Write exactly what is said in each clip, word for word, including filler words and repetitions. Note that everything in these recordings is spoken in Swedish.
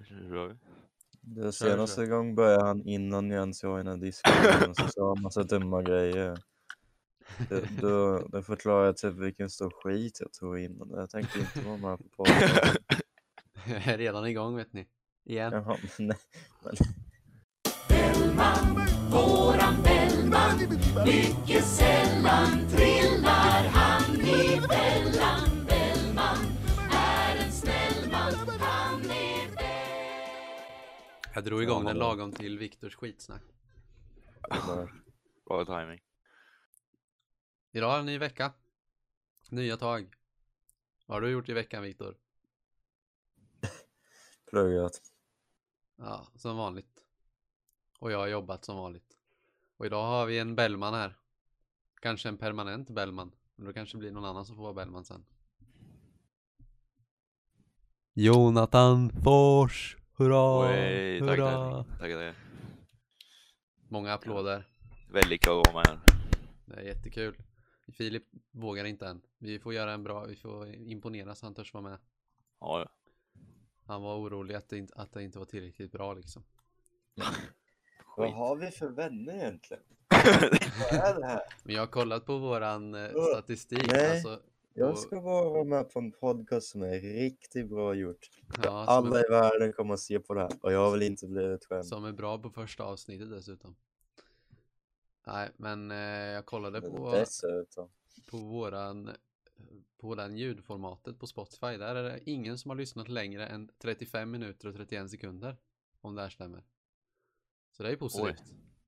Kör. Det senaste gång började han innan jag ens var i den här diskussionen så sa han massa dumma grejer. Det, då, då förklarar jag typ vilken stor skit jag tog innan. Jag tänkte inte vara med på podcasten. Jag är redan igång, vet ni. Igen. Jaha, men nej. Men... Bellman, våran Bellman, mycket sällan trillar han i fällan. Bellman är en snäll man, han är väl. Jag drog igång den lagom till Viktors skitsnack. Bra timing. Idag är en ny vecka. Nya tag. Vad har du gjort i veckan, Viktor? Pluggat. Ja, som vanligt. Och jag har jobbat som vanligt. Och idag har vi en Bellman här. Kanske en permanent Bellman. Men då kanske blir någon annan som får vara Bellman sen. Jonathan Fors. Hurra! Oj, tack, hurra! tack, tack, tack. Många applåder. Väldigt kul att vara med här. Det är jättekul. Filip vågar inte än. Vi får göra en bra, vi får imponera så han törs vara med. Ja, ja. Han var orolig att det inte, att det inte var tillräckligt bra liksom. Vad har vi för vänner egentligen? Vad är det här? Men jag har kollat på våran eh, Oh, statistik. nej. Alltså, Jag och, ska bara vara med på en podcast som är riktigt bra gjort. ja, som, Alla är, i världen kommer att se på det här. Och jag vill inte bli utskämd. som är bra på första avsnittet dessutom. Nej, men eh, jag kollade på, Dessutom. på våran på våran ljudformatet på Spotify. Där är det ingen som har lyssnat längre än trettiofem minuter och trettioen sekunder. Om det här stämmer. Så det är positivt.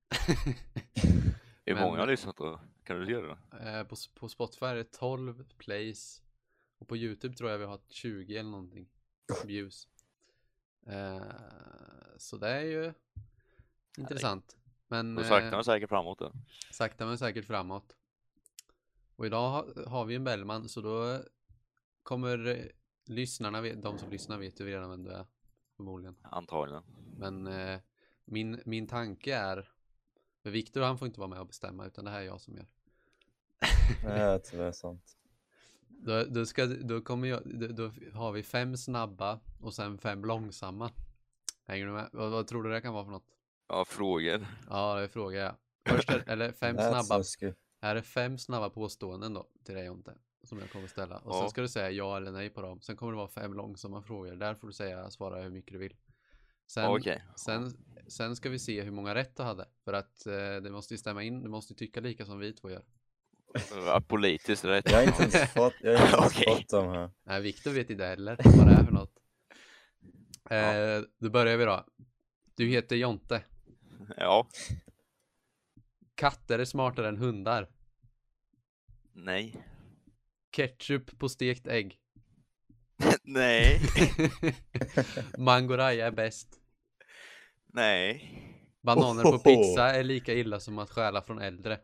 Hur Men- många har lyssnat då? Kan du se det då? Eh, på, på Spotify är det tolv plays. Och på YouTube tror jag vi har tjugo eller någonting views. Eh, så det är ju intressant. Men Då saktar eh, man säkert framåt då. sakta men säkert framåt. Och idag ha, har vi en Bellman. Så då kommer eh, lyssnarna, vet- de som lyssnar vet ju redan vem du är. Förmodligen. Antagligen. Men eh, min, min tanke är, för Viktor han får inte vara med och bestämma, utan det här är jag som gör. Det är tyvärr sant. Då, då, ska, då, kommer jag, då, då har vi fem snabba och sen fem långsamma. Hänger du med? Vad, vad tror du det kan vara för något? Ja, frågor. Ja, det är fråga jag. Först är, eller fem Det är snabba. snuskigt. Här är fem snabba påståenden då till dig, Jonte, som jag kommer ställa. Och sen Ja. ska du säga ja eller nej på dem. Sen kommer det vara fem långsamma frågor. Där får du säga, svara hur mycket du vill. Sen, Ja, okej. sen, sen ska vi se hur många rätt du hade. För att eh, det måste ju stämma in. Du måste ju tycka lika som vi två gör. Ja, politiskt rätt. Jag har inte ens fått, jag har inte ens Okej. fått dem här. Nej, Viktor vet inte heller vad det är för något. Eh, då börjar vi då. Du heter Jonte. Ja. Katter är smartare än hundar. Nej. Ketchup på stekt ägg. Nej. Mangoraya är bäst. Nej. Bananer på pizza är lika illa som att stjäla från äldre.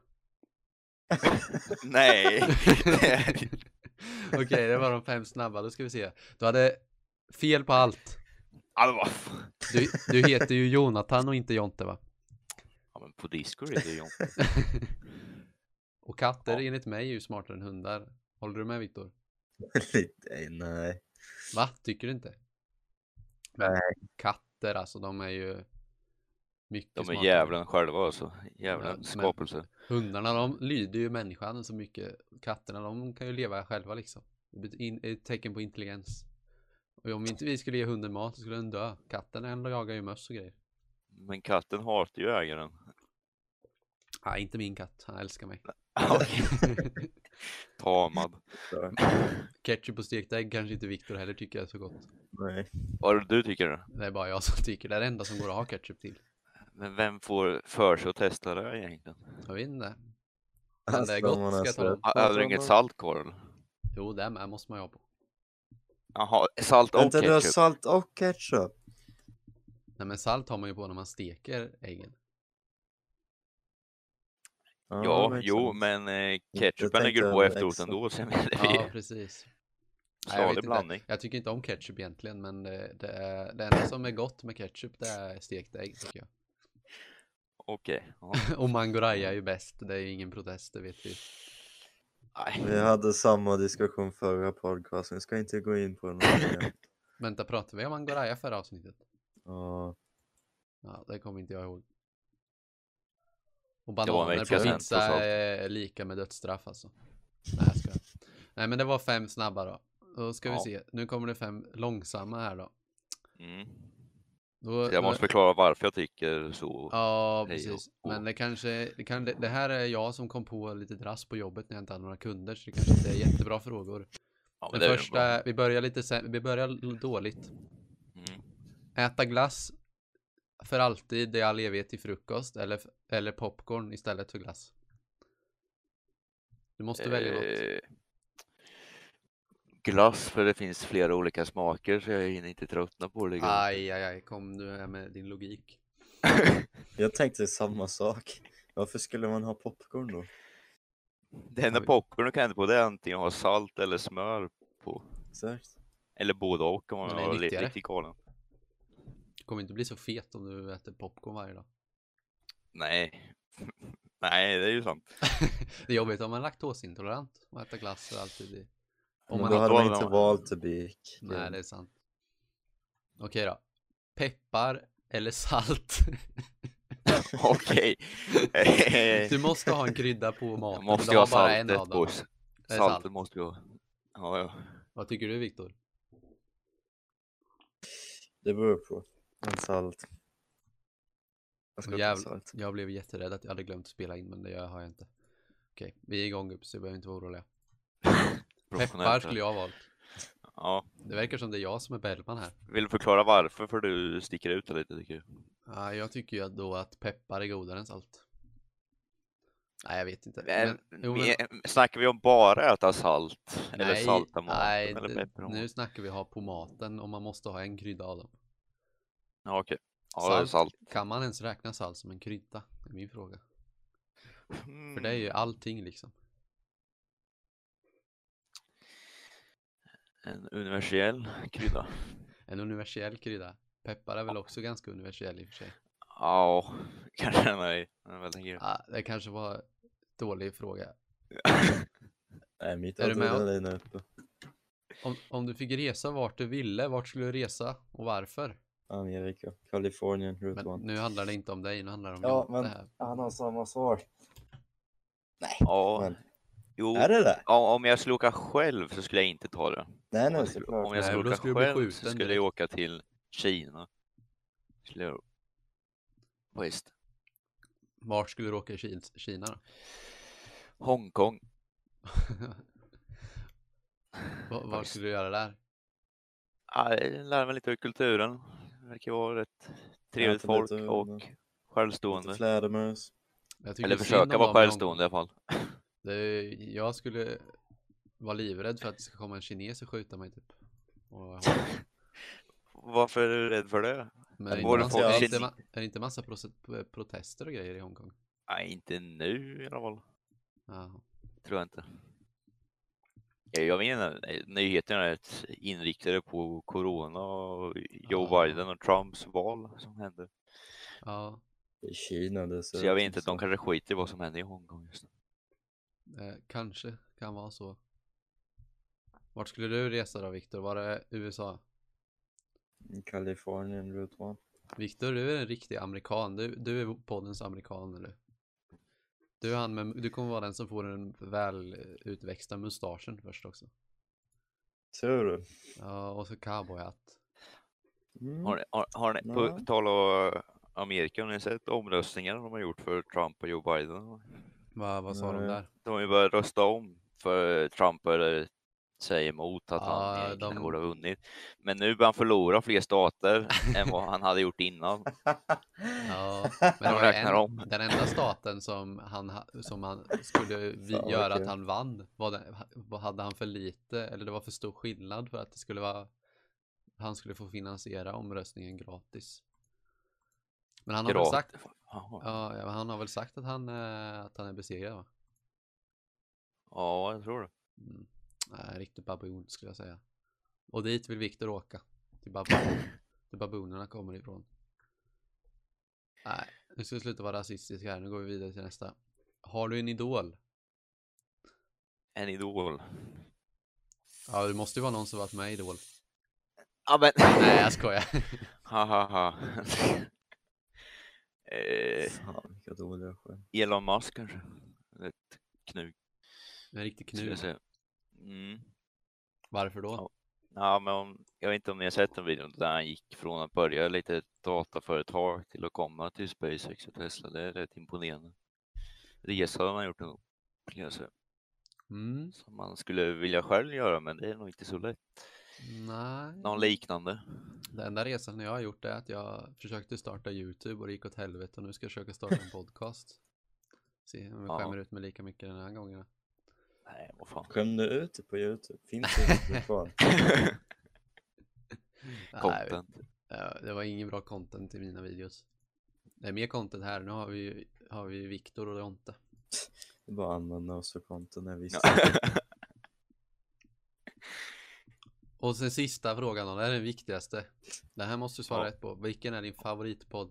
Nej. Okej, det var de fem snabba. Då ska vi se. Du hade fel på allt. Ja, vad fan. Du, du heter ju Jonathan och inte Jonte, va? Ja, men på Discord är det ju inte. Och katter Ja. enligt mig är ju smartare än hundar. Håller du med, Viktor? Lite, nej. Va? Tycker du inte? Nej. Katter, alltså de är ju mycket De är smartare. jävlen själva alltså. Ja, Jävlen men- skapelse. Hundarna, de lyder ju människan så mycket. Katterna, de kan ju leva själva liksom. Det är in- ett tecken på intelligens. Och om inte vi skulle ge hunden mat så skulle den dö. Katten ändå jagar ju möss och grejer. Men katten hatar ju ägaren. Nej, inte min katt. Han älskar mig. Okej. Tamad. Så, Ketchup och stekt ägg kanske inte Viktor heller tycker är så gott. nej. Vad är det du tycker då? Det är bara jag som tycker det är det enda som går att ha ketchup till. Men vem får för sig att testa det egentligen? Jag vet inte. Men Alltså, det är de gott har ska jag tala om. släppt. Hade du inget salt kvar eller? Jo, det med måste man ju ha på. Jaha, salt och Vänta, du har ketchup. salt och ketchup. Nej, men salt har man ju på när man steker äggen. Ja, makes jo, sense. men eh, Jag ketchupen lägger du tänkte på efteråt extra. ändå. Så jag menar, det Ja, är precis. Nej, jag, vet stadig inte. blandning. Jag tycker inte om ketchup egentligen, men det, det, är, det enda som är gott med ketchup det är stekt ägg tycker jag. Okej. Ja. Och mangoraya är ju bäst, det är ju ingen protest, det vet vi. Nej. Vi hade samma diskussion förra podcasten. Vi ska inte gå in på den här igen. Vänta, pratade vi om mangoraya förra avsnittet? Ja, Ja, det kommer inte jag ihåg. Och var en bananer vecka på sedan, pizza trots allt. är lika med dödsstraff alltså. Nej, jag skojar. Nej, men det var fem snabba då. Då ska vi Ja. se. Nu kommer det fem långsamma här då. Mm. då Så jag måste förklara varför jag tycker så. Ja, Hej precis. och- Men det kanske, det, kan, det, det här är jag som kom på lite drass på jobbet när jag inte hade några kunder, så det kanske inte är jättebra frågor. Ja, men Den det är första, bra. vi börjar lite sen, vi börjar l- dåligt. Mm. Äta glass för alltid i all evighet till frukost, eller, eller popcorn istället för glass. Du måste välja något. Eh, Glass, för det finns flera olika smaker så jag hinner inte tröttna på det. Liksom. Aj, aj, aj, kom du här med din logik. jag tänkte samma sak. Varför skulle man ha popcorn då? Det enda popcorn du kan äta på det är antingen ha salt eller smör på. Exakt. Eller både och om man Men det är har lite, nyttigare. lite galen. Du kommer inte bli så fet om du äter popcorn varje dag. Nej. Nej, det är ju sant. Det är jobbigt om man är laktosintolerant och äter glass för alltid. i- Om Men man då har... hade då man hade inte man- valt att bli Nej, det är sant. Okej då. Peppar eller salt? Okej. Du måste ha en krydda på maten. Jag måste du ju ha har bara en saltet av dem. på. Det är Saltet salt. måste ju ha. Ja, ja. Vad tycker du, Viktor? Det beror på. En salt. Jag ska Åh, ta jävlar. salt. Jag blev jätterädd att jag hade glömt spela in, men det har jag inte. Okej, vi är igång upp så jag behöver inte vara oroliga. Peppar skulle jag ha valt. Ja. Det verkar som det är jag som är Bellman här. Vill du förklara varför? För du sticker ut lite tycker jag. Ja, jag tycker ju att då att peppar är godare än salt. Nej, jag vet inte. Men, Men, jo, men, vi- Snackar vi om bara äta salt? eller nej, salta maten? nej, eller det- peppar och nu mat? snackar vi ha på maten om man måste ha en krydda av dem. Ja, okej. Ja, Salt. salt. Kan man ens räkna salt som en krydda? Det är min fråga. Mm. För det är ju allting liksom. En universell krydda. En universell krydda. Peppar är väl också ganska universell i och för sig. Ja, kanske nej. Jag väl tänker. Ja, det kanske var en dålig fråga. Nej, mitt Är du med? adrenalin är uppe. Om, om du fick resa vart du ville, vart skulle du resa och varför? Amerika, Kalifornien, Route Men ett. nu handlar det inte om dig, nu handlar det om Ja, jag- men det här. han har samma svar. Ja, Men, jo. är det det? Ja, om jag skulle åka själv så skulle jag inte ta det. Nej, Om nej, jag skulle, såklart. om jag Nej, skulle då åka skulle du bli själv så skjuten skulle jag direkt. åka till Kina. Skulle jag... Visst. Vart skulle du åka i Kil- Kina då? Hongkong. Va- Vad skulle du göra där? Ja, jag lär mig lite av kulturen. Det verkar vara ett trevligt Äta folk lite, och Lite självstående. flädermus. Jag tycker Eller synd försöka om vara dem i självstående i alla fall. Det, jag skulle vara livrädd för att det ska komma en kines och skjuta mig typ. Och, Varför är du rädd för det? men är det, Borde inte få massa, är, det sin- inte, ma- är det inte massa proce- protester och grejer i Hongkong? Nej, inte nu i alla fall. Jaha. Tror jag inte. Ja, jag menar, nyheterna är ett- inriktade på corona och Joe Ah. Biden och Trumps val som händer. Ja, I Kina, det ser Så jag ut vet som inte, så. de kanske skiter i vad som händer i Hongkong just nu. eh, kanske kan vara så. Vart skulle du resa då, Viktor? Var det U S A? Kalifornien, Route ett. Viktor, du är en riktig amerikan. Du, du är poddens amerikan, eller? Du, är han med, du kommer vara den som får den väl utväxta mustaschen först också. Tror du? Ja, och så cowboyhatt. Mm. Har ni, har, har ni på Ja. tal om Amerika, har ni sett omröstningar de har gjort för Trump och Joe Biden? Va, vad sa de Nej. där? De har ju börjat rösta om för Trump började säga emot att Ja, han egentligen de- borde ha vunnit. Men nu börjar han förlora fler stater än vad han hade gjort innan. Ja, men det var räknar en, om. den enda staten som han, ha- som han skulle vi, Fan, vad göra kul. att han vann. Var det, vad hade han för lite, eller det var för stor skillnad för att det skulle vara, han skulle få finansiera omröstningen gratis. Men han har väl Grat- sagt, Jaha. ja, ja, han har väl sagt att han, eh, att han är besegrad, va? Ja, jag tror det. Mm. Nej, riktigt baboon skulle jag säga. Och dit vill Viktor åka. Till baboon. Till baboonerna kommer ifrån. Nej, nu ska vi sluta vara rasistiska här. Nu går vi vidare till nästa. Har du en idol? En idol. Ja, det måste ju vara någon som varit med i Idol. Ja, men... Nej, jag skojar. Ha ha ha. eh, Fan, vilka dåliga skämt. Elon Musk kanske. Ett knug. En riktig skulle jag knut. säga. Mm. Varför då? Ja. Ja, men om, jag vet inte om ni har sett den videon där han gick från att börja lite dataföretag till att komma till SpaceX och Tesla. Det är rätt imponerande. Resa har man gjort ändå, skulle jag säga. Mm. Som man skulle vilja själv göra, men det är nog inte så lätt. Nej. Någon liknande. Den enda resan jag har gjort är att jag försökte starta YouTube och det gick åt helvete och nu ska jag försöka starta en podcast. Se om jag Ja. skämmer ut mig lika mycket den här gången. Nej, vad fan. Skäm du ut det på YouTube? Finns det inte kvar? Content. Nej, det var ingen bra content i mina videos. Det är mer content här. Nu har vi, har vi Viktor och Jonte. Det är bara att använda oss för konton när vi Och sen sista frågan då, det är den viktigaste. Det här måste du svara Ja. rätt på. Vilken är din favoritpodd?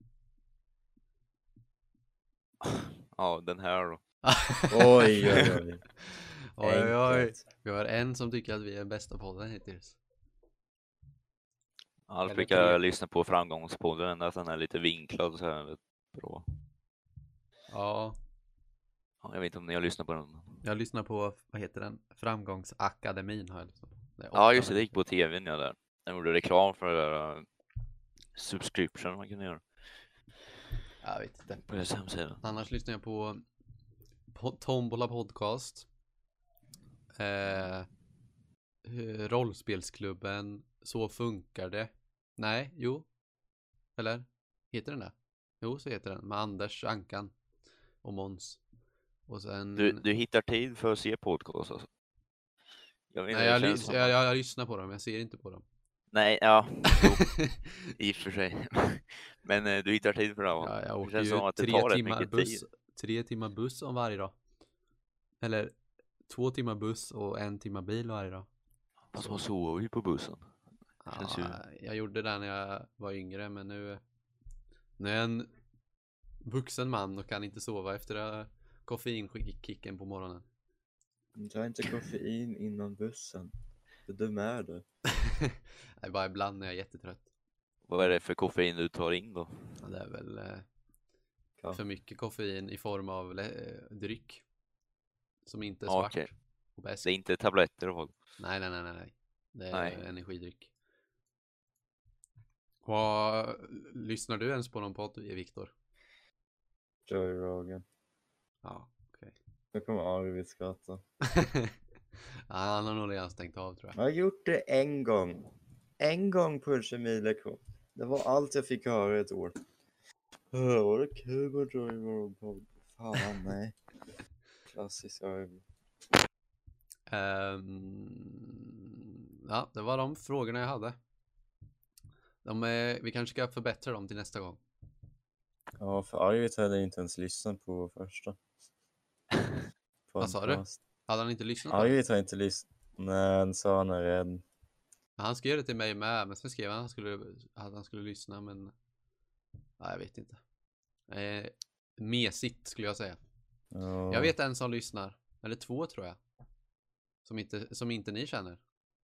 Ja, den här då. Oj, oj, oj. Oj, oj, oj. Enkelt. Vi har en som tycker att vi är bästa podden hittills. Annars Eller brukar tre. jag lyssna på framgångspodden, att den är lite vinklad så här rätt bra. Ja, Ja, jag vet inte om ni har lyssnat på den. jag lyssnar på, vad heter den? Framgångsakademin har jag lyssnat på. Det är Ja, åtta just det, det minuter. gick på tvn ja, där. Den gjorde reklam för det där uh, subscription man kunde göra Jag vet inte. på deras hemsida. Annars lyssnar jag på, på Tombola podcast. Eh, eh, rollspelsklubben. Så funkar det. Nej, jo. Eller? Heter den det? Jo, så heter den. Med Anders, Ankan och Måns. Och sen... Du, du hittar tid för att se podcast alltså? Jag vet inte, Nej, jag, det ly- känns som jag, att- jag, jag lyssnar på dem, jag ser inte på dem. Nej, ja, jo, i och för sig. Men eh, du hittar tid för det va? Ja, jag Det åker känns som ju att det tre tar rätt timmar mycket buss, tid. tre timmar buss om varje dag. Eller två timmar buss och en timme bil varje dag. Fast man sover ju på bussen. Känns ju- Ja, jag gjorde det när jag var yngre, men nu, nu är jag en vuxen man och kan inte sova efter äh, koffeinkicken på morgonen. Ta inte koffein innan bussen. Hur dum är du? Det är bara ibland när jag är jättetrött. Vad är det för koffein du tar in då? Ja, det är väl eh, Ja. för mycket koffein i form av le- dryck. Som inte är Ja, svart okej. och bäst. Det är inte tabletter och Nej, nej, nej, nej, nej. Det är Nej. energidryck. Vad, lyssnar du ens på någon podd, Viktor? Joey Rogan. Ja, okej. Nu kommer Arvid skratta. Ja, han har nog redan stängt av, tror jag. Jag har gjort det en gång. En gång på en kemilektion. Det var allt jag fick höra ett år. Öh, var det kul med Joey Rogan? Fan, nej. Klassisk Arvid. Ehm, ja, det var de frågorna jag hade. De är, vi kanske ska förbättra dem till nästa gång. Ja, för Arvid hade jag inte ens lyssnat på första. Vad sa du? Podcast. Hade han inte lyssnat på det? Arvid har inte lyssnat. Nej, han sa han är rädd. Han skrev det till mig med, men sen skrev han att han skulle, att han skulle lyssna, men nej, jag vet inte. Eh, mesigt skulle jag säga. Ja. Jag vet en som lyssnar, eller två tror jag. Som inte, som inte ni känner.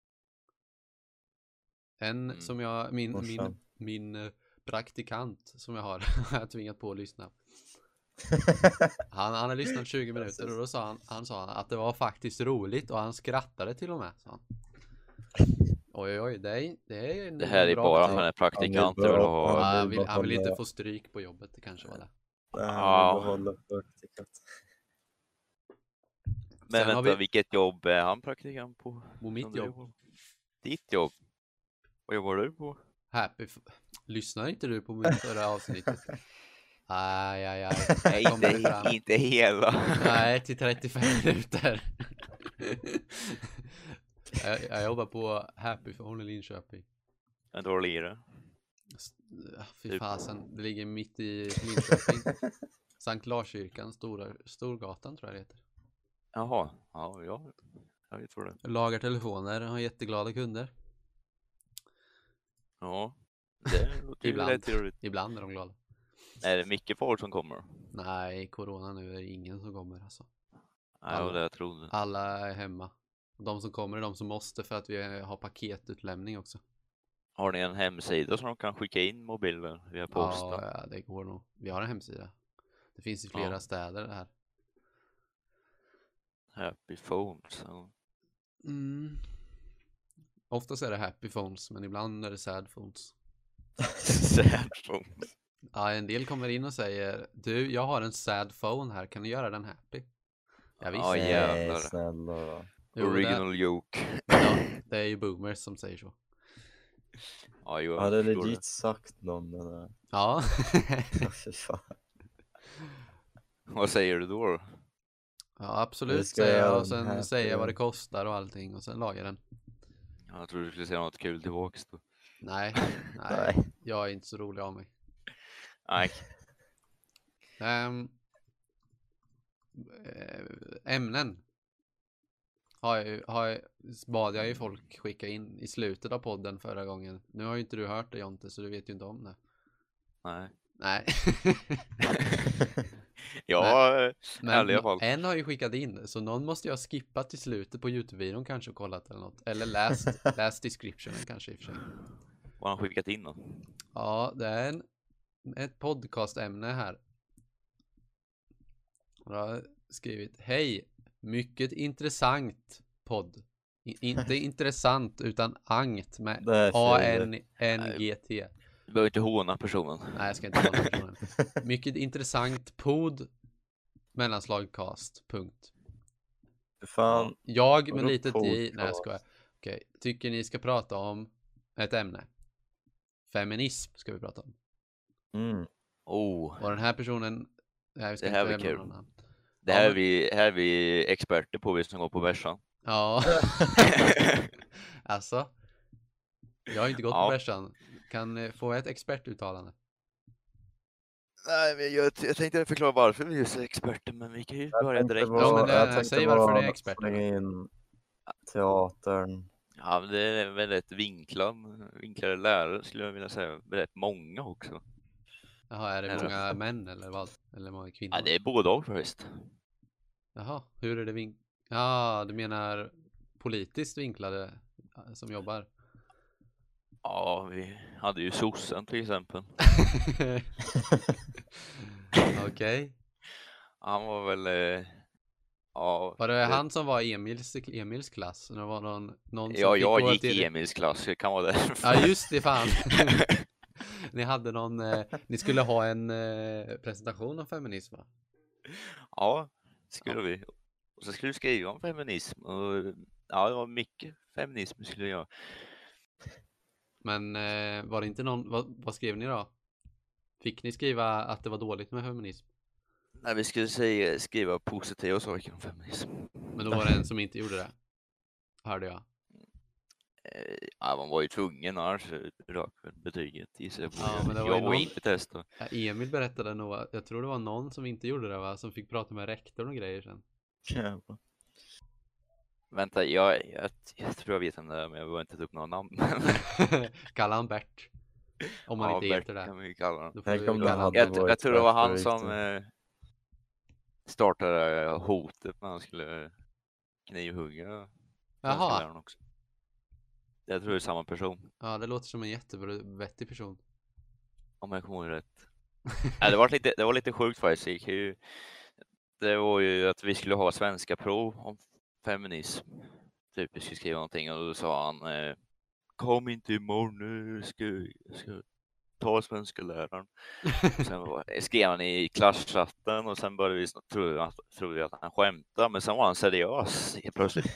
En Mm. som jag, min, min, Morsan. min eh, praktikant som jag har, har jag tvingat på att lyssna. Han, han har lyssnat tjugo minuter och då sa han, han sa att det var faktiskt roligt och han skrattade till och med, sa han. Oj, oj, oj, det är, det är en Det här är bra bara betyg. för han är praktikant. Han är vill bra. ha... Ja, han han, vill vill, bara han vill inte hålla- få stryk på jobbet, det kanske var det. Nej, han Ja. vill behålla praktikat. Men Sen har vänta, vi- vilket jobb är han praktikant på? På mitt Som du jobb. jobbar på? Ditt jobb? Vad jobbar du på? Happy f- Lyssnar inte du på mitt förra avsnittet? Aj, aj, aj. Nej, Kommer det inte, fram? inte hela. Nej, till trettiofem minuter. jag, jag jobbar på Happy för Only Linköping. En dålig i det. S- ja, Fy Typ. fasen, det ligger mitt i Linköping. Sankt Larskyrkan, Stora, Storgatan tror jag det heter. Jaha, ja, ja, jag vet vad det är. Lagar telefoner, har jätteglada kunder. Ja, det låter ju Ibland. rätt trevligt. Ibland är de glada. Är det mycket folk som kommer? Nej, corona nu är det ingen som kommer alltså. Nej, det var det jag trodde. Alla är hemma. De som kommer är de som måste för att vi har paketutlämning också. Har ni en hemsida som de kan skicka in mobiler via posten? Ja, ja, det går nog. Vi har en hemsida. Det finns i flera Ja. städer det här. Happy phones. Ja. Mm. Oftast är det happy phones, men ibland är det sad phones. Sad phones. Ja, en del kommer in och säger: du, jag har en sad phone här, kan du göra den happy? Ja, visst. Ja, jävlar. Nej, snälla då. Jo, det, Original joke. ja, det är ju boomers som säger så. Ja, jo, jag Hade förstår legit sagt någon den där. Ja. Ja, fy fan. det. Vad säger du då? då? Ja, Vi absolut, ska säger jag, göra och en sen happy- säger jag vad det kostar och allting, och sen lagar den. Jag tror du skulle säga något kul tillbaks då. Nej, nej, Nej. jag är inte så rolig av mig. Nej. Ehm, eh, ämnen har jag, har jag, bad jag ju folk skicka in i slutet av podden förra gången. Nu har ju inte du hört det, Jonte, så du vet ju inte om det. Nej. Nej. Ja, i Men alla fall. en har ju skickat in, så någon måste jag ha skippat till slutet på YouTube-videon kanske och kollat eller något. Eller läst, läst descriptionen kanske i och för sig. Vad har han skickat in då? Ja, det är en, ett podcastämne här. Jag har skrivit: hej, mycket intressant podd. I, inte intressant utan angt med Det är A fint. N N G T. Du behöver inte håna personen. Nej, jag ska inte ha den personen. Mycket intressant pod mellanslagcast. Punkt. Fan. Jag med Vadå litet i. podcast? Nej, jag skojar. Okej, tycker ni ska prata om ett ämne? Feminism ska vi prata om. Mm. Oh, Och den här personen... Nej, vi ska Det här inte blir nämna kul. någon namn. det Ja, här, är men- vi, här är vi experter på, vi som går på bärsan. Ja. Alltså. Jag har inte gått Ja. på bärsan. Kan eh, få ett expertuttalande. Nej, men jag, jag tänkte förklara varför vi är så experter, men vi kan ju börja tänkte direkt. bara- Ja, men det- jag tänkte säg varför bara det är experter. slänga in teatern. Ja, men det är väl rätt vinklad, vinklade lärare skulle jag vilja säga. Rätt många också. Jaha, är det Är det- många män eller vad? Eller många kvinnor? Ja, det är både och faktiskt. Jaha, hur är det vink... Ja, du menar politiskt vinklade eh, som jobbar? Ja, vi hade ju sossen till exempel. Okej. Han var väl... Eh, ja, Var det han som var Emils, Emils klass? Det var någon, någon som ja, fick jag gå gick till... i Emils klass, det kan vara därför. Ja, just det, fan. Ni hade någon... Eh, ni skulle ha en eh, presentation om feminism, va? Ja, skulle vi. Och så skulle vi skriva om feminism. Och, ja, det var mycket feminism vi skulle göra. Men eh, var det inte någon... Vad, vad skrev ni då? Fick ni skriva att det var dåligt med feminism? Nej, vi skulle säga, skriva positiva saker om feminism. Men då var det en som inte gjorde det. Hörde jag. Eh, ja, man var ju tvungen, annars rök väl betyget gissar jag på. Ja, men det var jag ju var någon- inte testad. Ja, Emil berättade nog, att- jag tror det var någon som inte gjorde det, va? Som fick prata med rektorn och grejer sen. Jävlar. Vänta, jag, jag, jag tror jag vet vem det är, men jag behöver inte ta upp några namn. Kalla han Bert. Om man Ja, inte Bert heter det. kan vi kalla honom. Då får Tänk vi om det kalla han- hade Jag, varit jag tror det var Bert på han som riktigt. eh, startade hotet när han skulle knivhugga svenska Jaha. läraren också. Jag tror det är samma person, Ja, det låter som en jättevettig person. om jag kommer ihåg rätt. Nej, det, var lite, det var lite sjukt faktiskt. Det, gick ju, det var ju att vi skulle ha svenska prov om feminism. Typ vi skulle skriva någonting och då sa han eh, kom inte imorgon, nu ska jag ska ta svenska läraren. Sen var, skrev han i klasschatten och sen började vi tro att, trodde vi att han skämtade, men sen var han seriös helt plötsligt.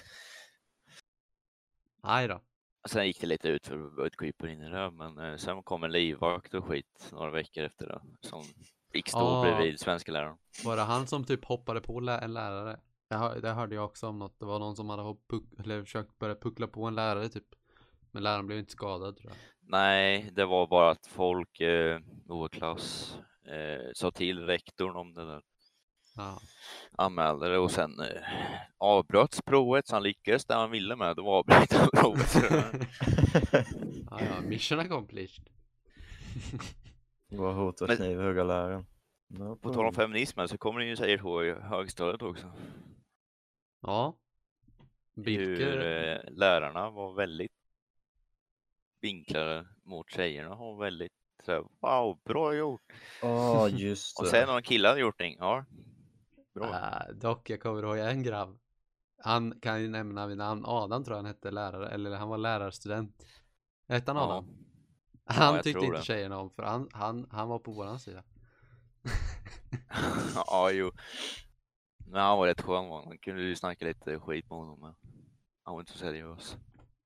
Nej då. Och sen gick det lite ut för att börja krypa in i det, men eh, sen kom en livvakt och skit några veckor efter det som fick stå Ah. bredvid svenska läraren. Var det han som typ hoppade på lä- en lärare? Det, hör, det hörde jag också om något. Det var någon som hade hopp, puck, eller försökt börja puckla på en lärare typ. Men läraren blev inte skadad, tror jag. Nej, det var bara att folk eh, i vår klass eh, sa till rektorn om det där. Ja. Anmälde det och sen eh, avbröts provet så han lyckades där han ville med. Det var avbryta provet. Ja, ja, mission accomplished. Gå och hota Men- knivhugga läraren. No På tal om feminismen så kommer det ju säga så i högstadiet också. Ja. Hur Vilka... eh, lärarna var väldigt vinklar mot tjejerna har väldigt så här, wow, bra gjort. Ja, just Och det. sen har killar gjort någonting, ja. Bra. Uh, dock, jag kommer ihåg en grabb. Han kan ju nämna vid namn. Adam tror jag han hette, lärare. Eller han var lärarstudent. Hette han Ja. Adam? Han jag tyckte tror inte det. tjejerna om. För han, han, han var på våran sida. Ja, jo. Men han var rätt skön. Man kunde ju snacka lite skit med honom. Men han var inte så seriös.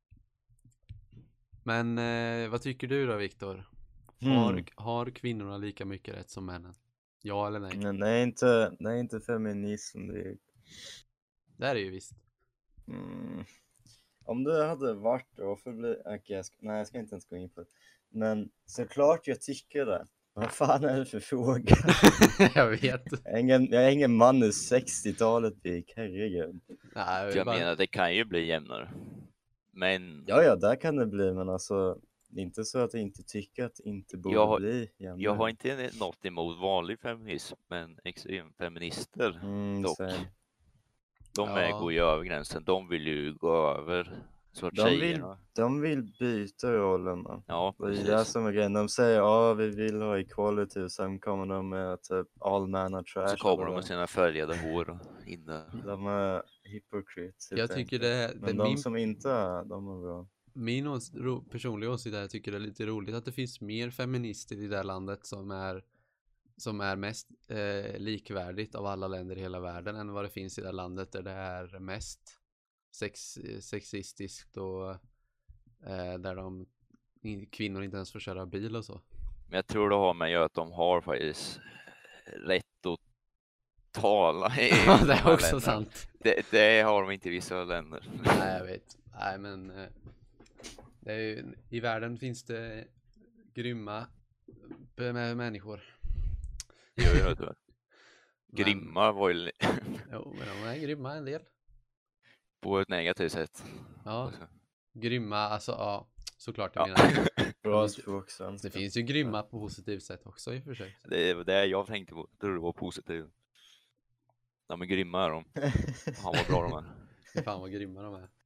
Men eh, vad tycker du då, Viktor? Har, Mm. har kvinnorna lika mycket rätt som männen? Ja eller nej? Men det är inte, det är inte feminism. Det är, Det är det ju visst. mm. Om det hade varit det, varför blir... Okay, jag ska, nej, jag ska inte ens gå in på det. Men såklart jag tycker det. Vad fan är det för fråga? Jag vet. Jag är ingen, jag är ingen man i sextiotalet, Vik. Herregud. Nej, jag Jag bara... menar, det kan ju bli jämnare. Men Ja, ja, där kan det bli, men alltså... Det är inte så att jag inte tycker att det inte borde Jag har- bli jämnare. jag har inte något emot vanlig feminism. Men extremfeminister, Mm, dock. sen. De Ja. är går ju över gränsen. De vill ju gå över. Så att De vill, tjejerna. de vill byta rollerna. Ja, Det är det precis. som är grejen. De säger ja, vi vill ha equality, och sen kommer de med typ all manna trash. Så kommer och de det med där. sina färgade hår och in där. De är hypocrites. helt Jag tycker enkelt. det, det Men är de min, som inte är, de är bra. min ås, ro, personliga åsikt är jag tycker det är lite roligt att det finns mer feminister i det här landet som är som är mest eh, likvärdigt av alla länder i hela världen än vad det finns i det här landet där det är mest sex, sexistiskt och eh, där de in, kvinnor inte ens får köra bil och så. Men jag tror det har med att göra att de har faktiskt rätt att tala i Ja, det de är här också länderna. sant. Det, det har de inte i vissa länder. Nej, jag vet. Nej, men eh, det är ju, i världen finns det grymma b- med människor. Det gör ju det tyvärr. Men- Grymma var ju Jo, men de är grymma en del. på ett negativt sätt. Ja, grymma, alltså ja, såklart jag Ja. menar. Bra Det- språksvenska. Det finns ju grymma på positivt sätt också i och för sig. Det är det jag tänkte på. Jag tror det var positivt. De är grymma är de. Han var bra de är. Fy fan vad grymma de är. Är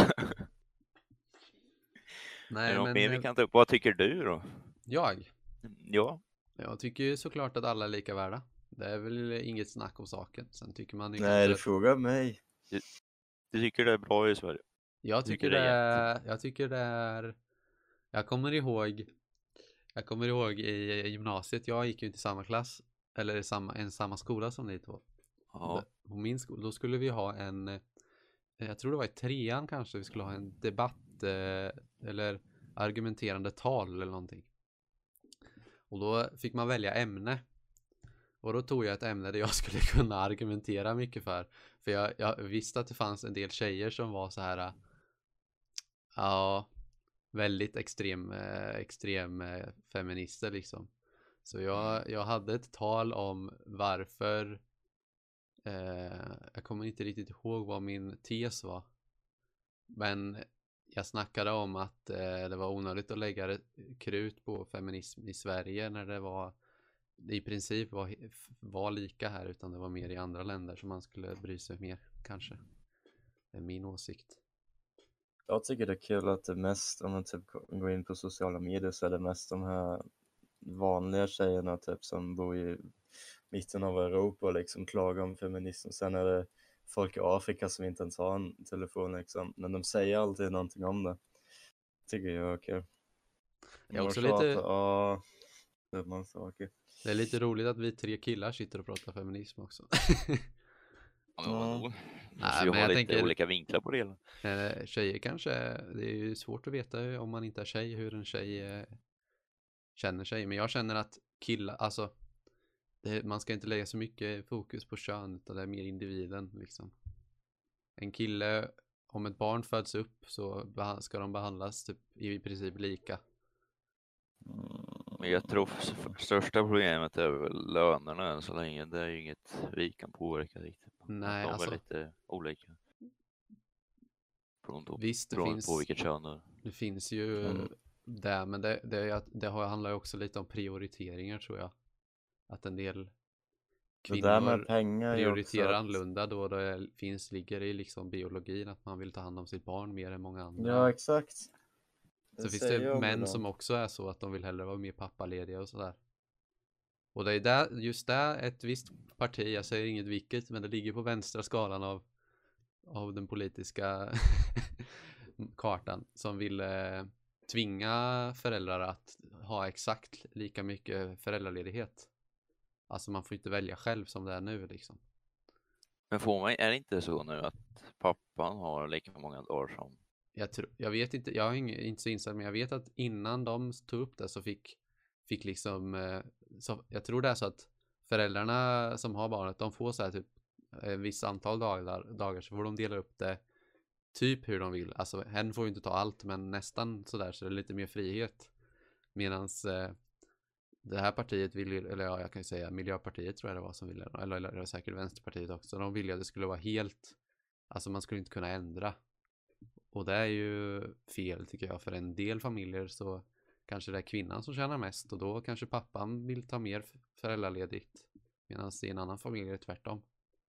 Nej, det något men mer vi eh, kan ta upp? Vad tycker du då? jag, Ja, jag tycker ju såklart att alla är lika värda. Det är väl inget snack om saken. Sen tycker man ju Nej, kanske du att- frågar mig. du tycker det är bra i Sverige? Jag tycker tycker det det är är, jag tycker det är, jag kommer ihåg, jag kommer ihåg i gymnasiet, jag gick ju inte i samma klass, eller i samma, en samma skola som ni två. Ja. På min skola, då skulle vi ha en, eh, jag tror det var i trean kanske, vi skulle ha en debatt, eh, eller argumenterande tal eller någonting. Och då fick man välja ämne. Och då tog jag ett ämne där jag skulle kunna argumentera mycket för. För jag, jag visste att det fanns en del tjejer som var så här, äh, ja, väldigt extrem, eh, extrem eh, feminister liksom. Så jag, jag hade ett tal om varför, eh, jag kommer inte riktigt ihåg vad min tes var. Men jag snackade om att eh, det var onödigt att lägga det- krut på feminism i Sverige när det var i princip var, var lika här, utan det var mer i andra länder som man skulle bry sig mer kanske. Det är min åsikt. Jag tycker det är kul att det mest, om man typ går in på sociala medier, så är det mest de här vanliga tjejerna typ som bor i mitten av Europa och liksom klagar om feminism. Sen är det folk i Afrika som inte ens har en telefon liksom. Men de säger alltid någonting om det. Tycker jag är kul. Det är också De tjatar, lite- Ja, dumma saker. Det är lite roligt att vi tre killar sitter och pratar feminism också. Ja, men vadå? Man Nej, måste ju men ha jag lite tänker- olika vinklar på det hela. Eh, Tjejer kanske, det är ju svårt att veta om man inte är tjej hur en tjej eh, känner sig. Men jag känner att killar, alltså det, man ska inte lägga så mycket fokus på kön, utan det är mer individen liksom. En kille, om ett barn föds upp så beha- ska de behandlas typ i princip lika. Men jag tror f- f- största problemet är väl lönerna än så länge. Det är ju inget vi kan påverka riktigt. Nej, De är alltså- lite olika. Beroende på, Visst, det beroende finns, på vilket kön det är. det finns ju Mm. det, men det, det, det har- handlar ju också lite om prioriteringar tror jag. Att en del Det där med kvinnor pengar är ju prioriterar också att- annorlunda då det finns, ligger i liksom biologin att man vill ta hand om sitt barn mer än många andra. Ja, exakt. Så finns säger det jag män med som dem. också är så att de vill hellre vara mer pappalediga och sådär. Och det är där, just där ett visst parti, jag säger inget vilket, men det ligger på vänstra skalan av, av den politiska kartan som vill eh, tvinga föräldrar att ha exakt lika mycket föräldraledighet. Alltså man får inte välja själv som det är nu liksom. Men får man, är det inte så nu att pappan har lika många dagar som... Jag, tror, jag vet inte, jag är ing, inte så insatt, men jag vet att innan de tog upp det så fick, fick liksom, eh, så, jag tror det är så att föräldrarna som har barnet, de får så här typ ett visst antal dagar, dagar så får de dela upp det typ hur de vill. Alltså hen får ju inte ta allt, men nästan sådär, så det är lite mer frihet. Medans eh, det här partiet vill ju, eller ja, jag kan ju säga Miljöpartiet tror jag det var som ville, eller, eller det var säkert Vänsterpartiet också, de ville att det skulle vara helt, alltså man skulle inte kunna ändra. Och det är ju fel tycker jag, för en del familjer så kanske det är kvinnan som tjänar mest och då kanske pappan vill ta mer föräldraledigt, medan i en annan familj är det tvärtom.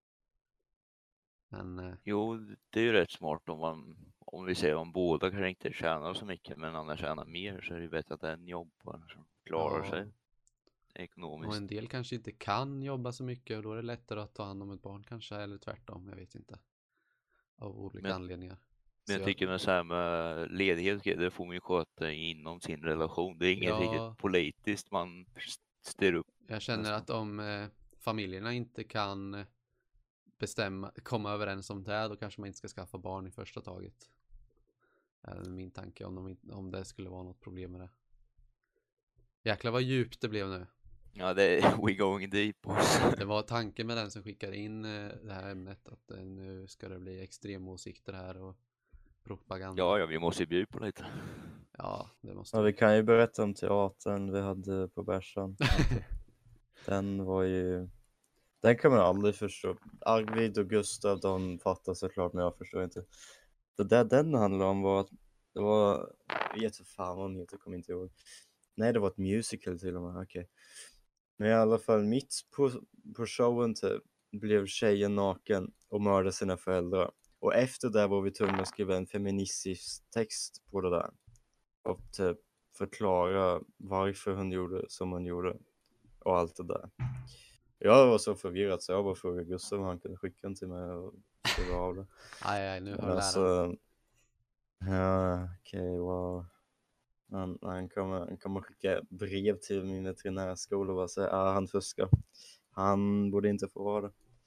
Men eh, Jo, det är ju rätt smart om man, om vi säger om båda kanske inte tjänar så mycket men andra tjänar mer, så är det ju bättre att en jobbar som klarar Ja. sig och ekonomiskt. en del kanske inte kan jobba så mycket och då är det lättare att ta hand om ett barn kanske, eller tvärtom, jag vet inte. Av olika Men- anledningar. Men Så jag tycker med så här med ledighet, okej, det får man ju sköta inom sin relation. Det är inget Ja. riktigt politiskt man styr upp. Jag känner Nästan. att om eh, familjerna inte kan eh, bestämma, komma överens om det, då kanske man inte ska skaffa barn i första taget. Är min tanke om, de, inte- om det skulle vara något problem med det. Jäklar vad djupt det blev nu. Ja, det är we going deep. Också. Det var tanken med den som skickade in eh, det här ämnet, att eh, nu ska det bli extremåsikter här och propaganda. Ja, ja, vi måste ju bjuda på lite. Ja, det måste Ja, vi. vi kan ju berätta om teatern vi hade på Bärsan. Den var ju... Den kan man aldrig förstå. Arvid och Gustav, de fattar såklart, men jag förstår inte. Det där den handlade om var att det var... Jag vet för fan vad den heter, kommer inte ihåg. Nej, det var ett musical till och med, okej. Men i alla fall, mitt på, på showen typ, blev tjejen naken och mördade sina föräldrar. Och efter det var vi tvungna att skriva en feministisk text på det där. Och typ förklara varför hon gjorde som hon gjorde. Och allt det där. Jag var så förvirrad så jag bara frågade Gustav om han kunde skicka den till mig och skriva av det. Aj, aj, nu Men har jag alltså, lärt ja, okej, wow. Han, han, kommer, han kommer skicka brev till min veterinärskola och bara säga att ah, han fuskar. Han borde inte få vara det.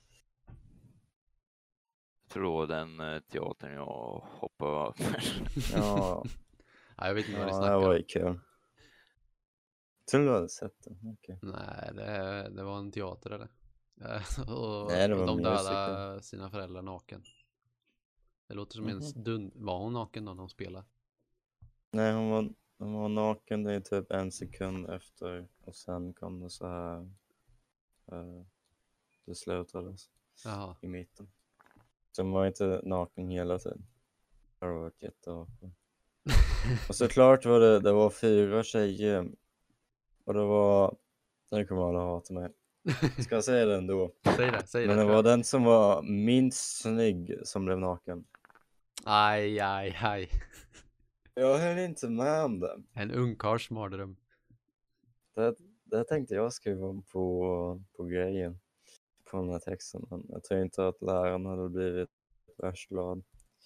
Jag tror den eh, teatern jag hoppade av. Ja, Ja, jag vet inte vad ni ja det snackar var om. ju kul. Tror du hade sett den? Okej. Nej, det, det var en teater eller? Eh, och Nej, det var de en dödade musical. sina föräldrar naken. Det låter som en Mhm. dund... Var hon naken då när hon spelade? Nej, hon var, hon var naken det är typ en sekund efter och sen kom det så här. Uh, det slutades Jaha. i mitten. Så hon var inte naken hela tiden. Det var jätteavskyr. Och såklart var det, det var fyra tjejer. Och det var, nu kommer alla hata mig. Ska jag säga det ändå? Säg det, säg det. Men det tror var jag. den som var minst snygg som blev naken. Aj, aj, aj. Jag höll inte med om det. En ungkarls mardröm. Det, det tänkte jag skriva om på, på grejen. På den här texten. Men jag tror inte att läraren hade blivit värst glad.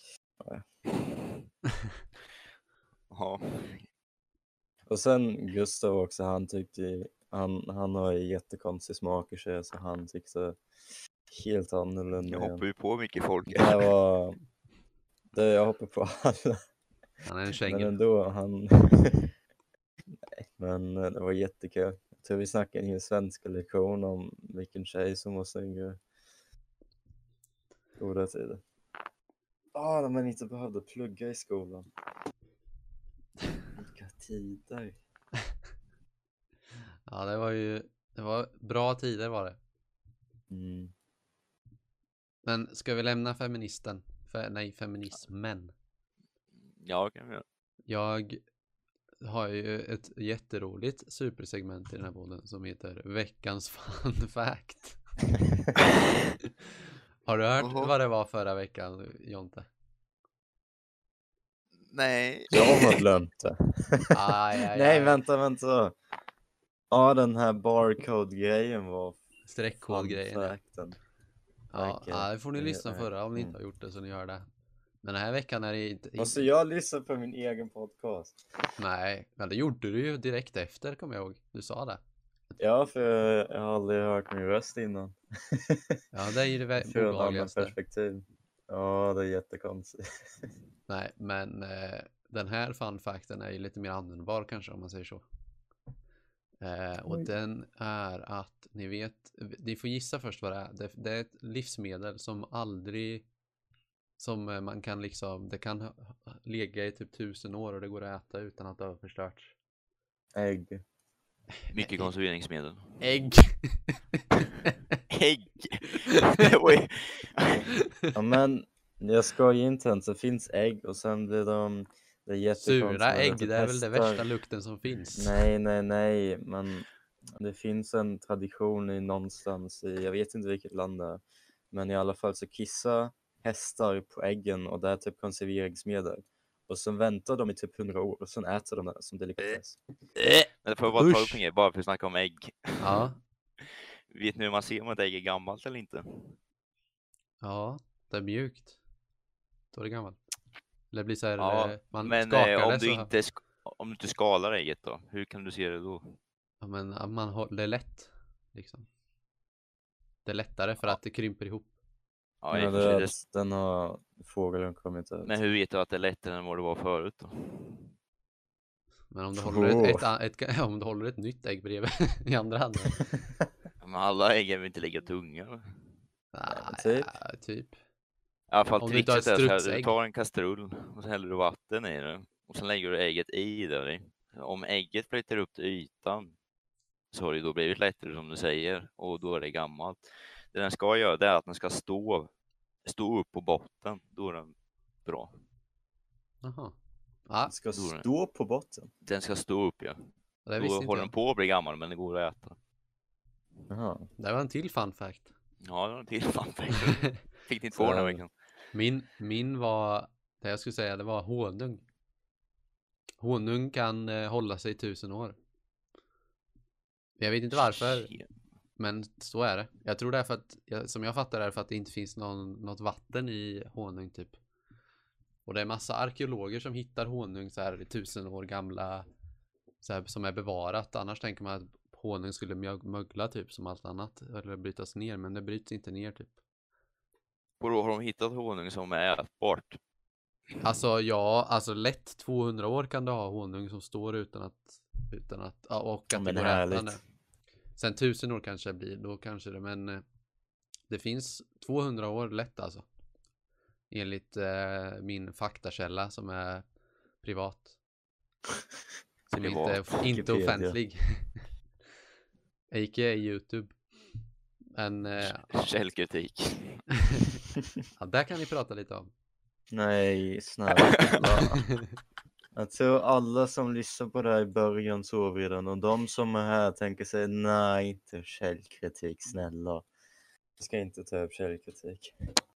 Ja. Och sen Gustav också, han tyckte, han, han har ju jättekonstig smak i sig, så han tyckte helt annorlunda. Jag igen. hoppar ju på mycket folk. Det var, det jag hoppar på alla. Han är en Men kängel. ändå, han... Nej, men eh, det var jättekul. Jag tror vi snackade en hel svenska lektion om vilken tjej som var snyggare. Goda tider. Ah, när man inte behövde plugga i skolan. Vilka tider. Ja, det var ju... Det var bra tider var det. Mm. Men ska vi lämna feministen? Fe, nej, feminismen. Ja, kan vi göra. Jag har ju ett jätteroligt supersegment i den här podden som heter Veckans fun fact. Har du hört Jaha. vad det var förra veckan, Jonte? Nej. Jag har glömt det. Aj, aj, Nej, aj. vänta, vänta. Ja, den här barcode-grejen var Streckkodgrejen. fun Ja, facten. ja, Okej. ja, det får ni Det- lyssna det- förra om ni inte mm. har gjort det, så ni gör det. Men den här veckan är det inte... Måste jag lyssna på min egen podcast? Nej, men det gjorde du ju direkt efter, kommer jag ihåg. Du sa det. Ja, för jag har aldrig hört min röst innan. Ja, det är ju det vä- För ett annat obehagligaste. perspektiv. Ja, det är jättekonstigt. Nej, men eh, den här fun facten är ju lite mer användbar kanske, om man säger så. Eh, och Oj. den är att ni vet, ni får gissa först vad det är. Det, det är ett livsmedel som aldrig, som eh, man kan liksom, det kan ha- ha- ligga i typ tusen år och det går att äta utan att det har förstörts. Ägg. Mycket konserveringsmedel. Ägg! Ägg! Det var ju- Ja, men jag ska ju inte ens. Det finns ägg och sen blir de... Det är jättekonstigt. Sura ägg, att det är väl det testar- värsta lukten som finns. Nej, nej, nej. Men det finns en tradition i någonstans i... Jag vet inte vilket land det är. Men i alla fall så kissar hästar på äggen och det är typ konserveringsmedel. Och sen väntar de i typ hundra år och sen äter de det som delikatess. Men får jag bara ta upp Usch. en grej, bara för att snacka om ägg. Ja, Vet ni hur man ser om ett ägg är gammalt eller inte? ja, det är mjukt. Då är det gammalt. Det blir så här, Ja, eh, man Men skakar eh, det om, du så... inte sk- om du inte skalar ägget då, hur kan du se det då? Ja, men att man håller det är lätt, liksom. Det är lättare för att det krymper ihop. Ja, i Ja, och för det sig, är det- att den har fågeln kommit ut. Men hur vet du att det är lättare än vad det var förut då? Men om du håller ett, Åh. ett, ett, om du håller ett nytt ägg bredvid i andra handen. Men alla ägg är väl inte lika tunga? I Nej, typ. typ. alla fall Om du inte har trixet ett är så här, du strutsägg. tar en kastrull och så häller du vatten i det och sen lägger du ägget i där. Om ägget flyttar upp till ytan så har det då blivit lättare som du säger och då är det gammalt. Det den ska göra det är att den ska stå, stå upp på botten, då är den bra. Jaha. Ja, Den ska Då är det. stå på botten. Den ska stå upp ja. det Då visste inte håller den jag. på att bli gammal men det går att äta. Jaha. Det var en till fun fact. Ja, det var en till fan. Fick ni inte Så få den här är det. veckan? Min, min var, det jag skulle säga, det var honung. Honung kan eh, hålla sig i tusen år. Jag vet inte varför, men så är det. Jag tror det är för att, jag, som jag fattar det är för att det inte finns någon, något vatten i honung typ. Och det är massa arkeologer som hittar honung så här i tusen år gamla, så här, som är bevarat. Annars tänker man att honung skulle mjög- mögla typ som allt annat, eller brytas ner, men det bryts inte ner typ. Och då har de hittat honung som är ätbart. Alltså ja, alltså lätt tvåhundra år kan du ha honung som står utan att, utan att, ja, och Ja, att men det går att äta härligt. den. Sen tusen år kanske det blir, då kanske det, men eh, det finns tvåhundra år lätt alltså. Enligt eh, min faktakälla som är privat. Som Privat. inte, inte Wikipedia. offentlig. A K A YouTube. Men eh, ja, Källkritik. ja, där kan ni prata lite om. Nej, snälla. Jag tror alla som lyssnar på det här i början sov redan och de som är här tänker sig nej, inte källkritik, snälla. Jag ska inte ta upp källkritik.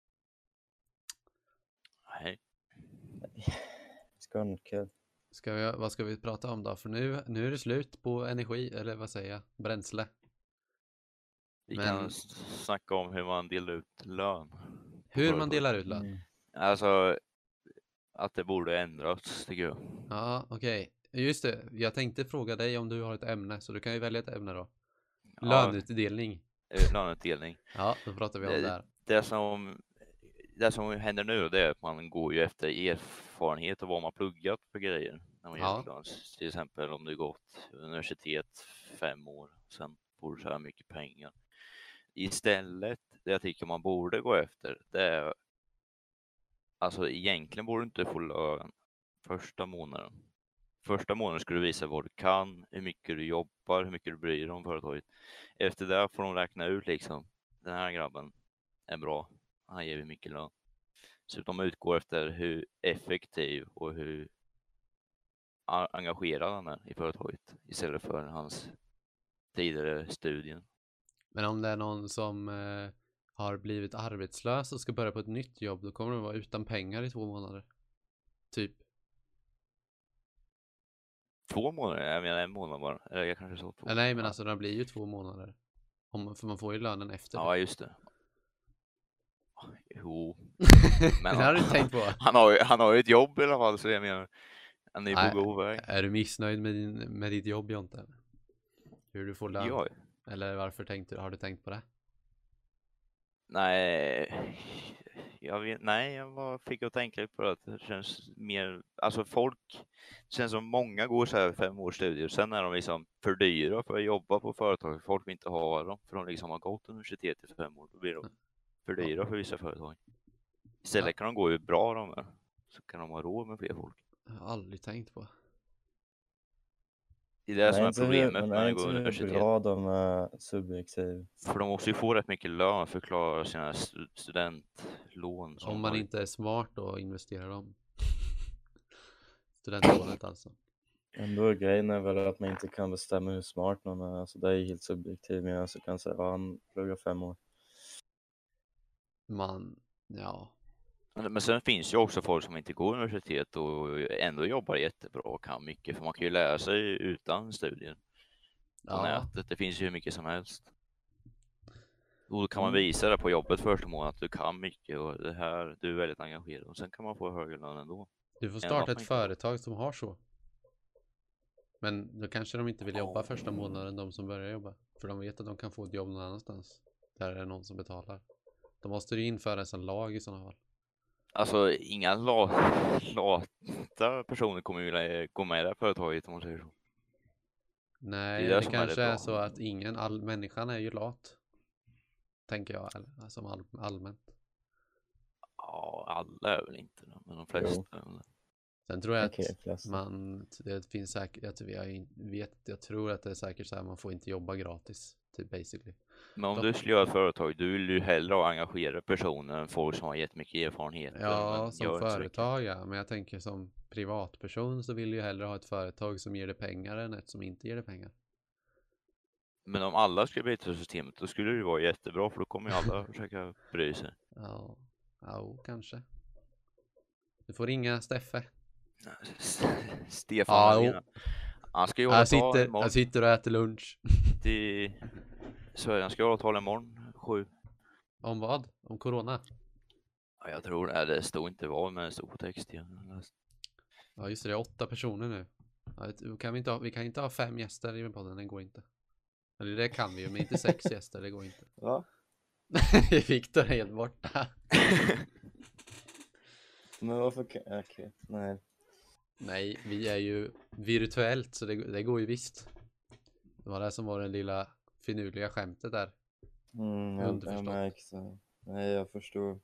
Nej. Ska ha något kul. Ska vi, vad ska vi prata om då? För nu, nu är det slut på energi, eller vad säger jag? Bränsle. Vi Men- kan s- snacka om hur man delar ut lön. på Hur man företag. delar ut lön. Mm. Alltså, att det borde ändras tycker jag. Ja, okej. Just det, jag tänkte fråga dig om du har ett ämne, så du kan ju välja ett ämne då. Ja, Löneutdelning. eh, löneutdelning. Ja, då pratar vi om det Det- här. Det som, det som händer nu det är att man går ju efter erfarenhet och vad man pluggat för grejer. När man Ja. gör lön. Till exempel om du gått universitet fem år, sen får du så här mycket pengar. Istället, det jag tycker man borde gå efter, det är alltså egentligen borde du inte få lön första månaden. Första månaden ska du visa vad du kan, hur mycket du jobbar, hur mycket du bryr dig om företaget. Efter det får de räkna ut liksom, den här grabben är bra, han ger vi mycket lön. Så de utgår efter hur effektiv och hur a- engagerad han är i företaget istället för hans tidigare studier. Men om det är någon som eh, har blivit arbetslös och ska börja på ett nytt jobb, då kommer de vara utan pengar i två månader. Typ. två månader, jag menar en månad bara. Eller jag kanske så två. Äh, nej, men Ja. alltså det blir ju två månader. Om, för man får ju lönen efter. Ja, just det. Jo. Men det har du inte tänkt på. Han har, ju, han har ju ett jobb i alla fall, så jag menar, han är Nej. på god väg. Är du missnöjd med, din, med ditt jobb, Jonte? Hur du får lön? Ja, Eller varför tänkte du, har du tänkt på det? nej, jag vet, nej, jag bara fick att tänka på det. Det känns mer, alltså folk, det känns som många går så här fem års studier, sen är de liksom för dyra för att jobba på företag. Folk vill inte ha dem, för de liksom har gått universitet i fem år, då blir de för dyra för vissa företag. Istället kan de gå ju bra de här, så kan de ha råd med fler folk. Jag har aldrig tänkt på. Det är det som är inte hur- problemet men när är de inte går hur universitet. bra de är subjektiv. För de måste ju få rätt mycket lön för att klara sina stu- studentlån. som Om de man har. inte är smart då investerar dem. Studentlånet alltså. Ändå grejen är väl att man inte kan bestämma hur smart någon är. Alltså det är helt subjektivt. Men jag så kan säga att han pluggar fem år. Man, ja. Men sen finns ju också folk som inte går universitet och ändå jobbar jättebra och kan mycket. För man kan ju lära sig utan studier på Ja, nätet. Det finns ju hur mycket som helst. Och då kan man Mm. visa det på jobbet första månaden att du kan mycket och det här, du är väldigt engagerad. Och sen kan man få högre lön ändå. du får Ja, starta man ett kan- företag som har så. Men då kanske de inte vill jobba första månaden, de som börjar jobba. För de vet att de kan få ett jobb någon annanstans. Där är det någon som betalar. Då måste du införa en sån lag i sådana fall. Alltså inga la- lata personer kommer ju vilja gå med i det här företaget om man säger så. Nej, Det det, är det som är kanske det är, bra. så att ingen, all, människan är ju lat. Tänker jag, eller, som all, allmänt. Ja, alla är väl inte det, men de flesta är väl det. Sen tror jag Okej, att flesta. man, det finns säkert, jag, tror- jag in- vet, jag tror att det är säkert så här, man får inte jobba gratis, typ basically. Men om De- du skulle göra ett företag, du vill ju hellre ha engagerade personer än folk som har jättemycket erfarenhet. Ja, som företag ja, men jag tänker som privatperson så vill jag ju hellre ha ett företag som ger dig pengar än ett som inte ger dig pengar. Men om alla skulle byta systemet, då skulle det ju vara jättebra, för då kommer ju alla försöka bry sig. Ja, ja kanske. Du får ringa Steffe. Stefan, Ja, han jo. menar- han ska ju hålla Jag tal sitter, imorgon jag sitter och äter lunch. till Sverige. Han ska hålla tal imorgon, sju. Om vad? Om corona? Ja, jag tror det. Det stod inte vad, men det stod på text igen. Ja just det, det är åtta personer nu. Ja, det- kan vi, inte ha, vi kan inte ha fem gäster i podden, det går inte. Eller det kan vi ju, men inte sex gäster, det går inte. Va? Viktor är helt borta. Men varför kan... Okej, nej. Nej, vi är ju virtuellt så det, det går ju visst. Det var det som var den lilla finurliga skämtet där. Mm, jag, jag Underförstått. märkte. Nej, jag förstår.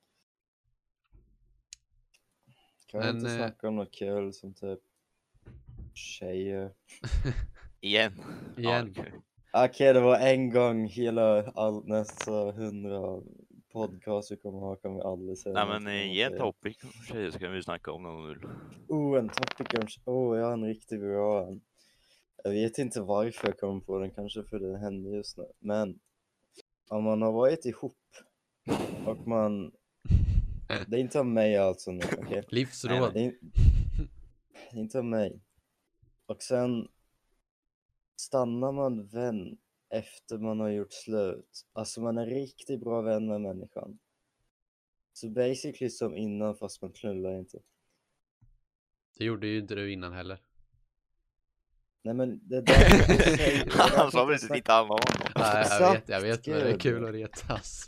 Kan vi Men, inte eh, snacka om något kul som typ tjejer? Igen. Igen. Ja, okej. Okej, det var en gång hela all, nästa hundra podcast vi kommer ha kan vi aldrig säga. Nej, någonting men om eh, ge en tjejer. topic om tjejer så kan vi snacka om någon nu. Oh, en topic om... Oh, jag har en riktigt bra en. Jag vet inte varför jag kom på den, kanske för det händer just nu. Men om man har varit ihop och man... Det är inte om mig alltså nu, okej? Livsråd. Det är, det är inte om mig. Och sen stannar man vän efter man har gjort slut. Alltså man är riktigt bra vän med människan. Så basically som innan fast man knullar inte. Det gjorde ju inte du innan heller. Nej men det där jag säger- jag Han sa kan precis snacka- inte alla honom. Nej, jag vet, jag Exakt, vet, men det är gud. kul att retas.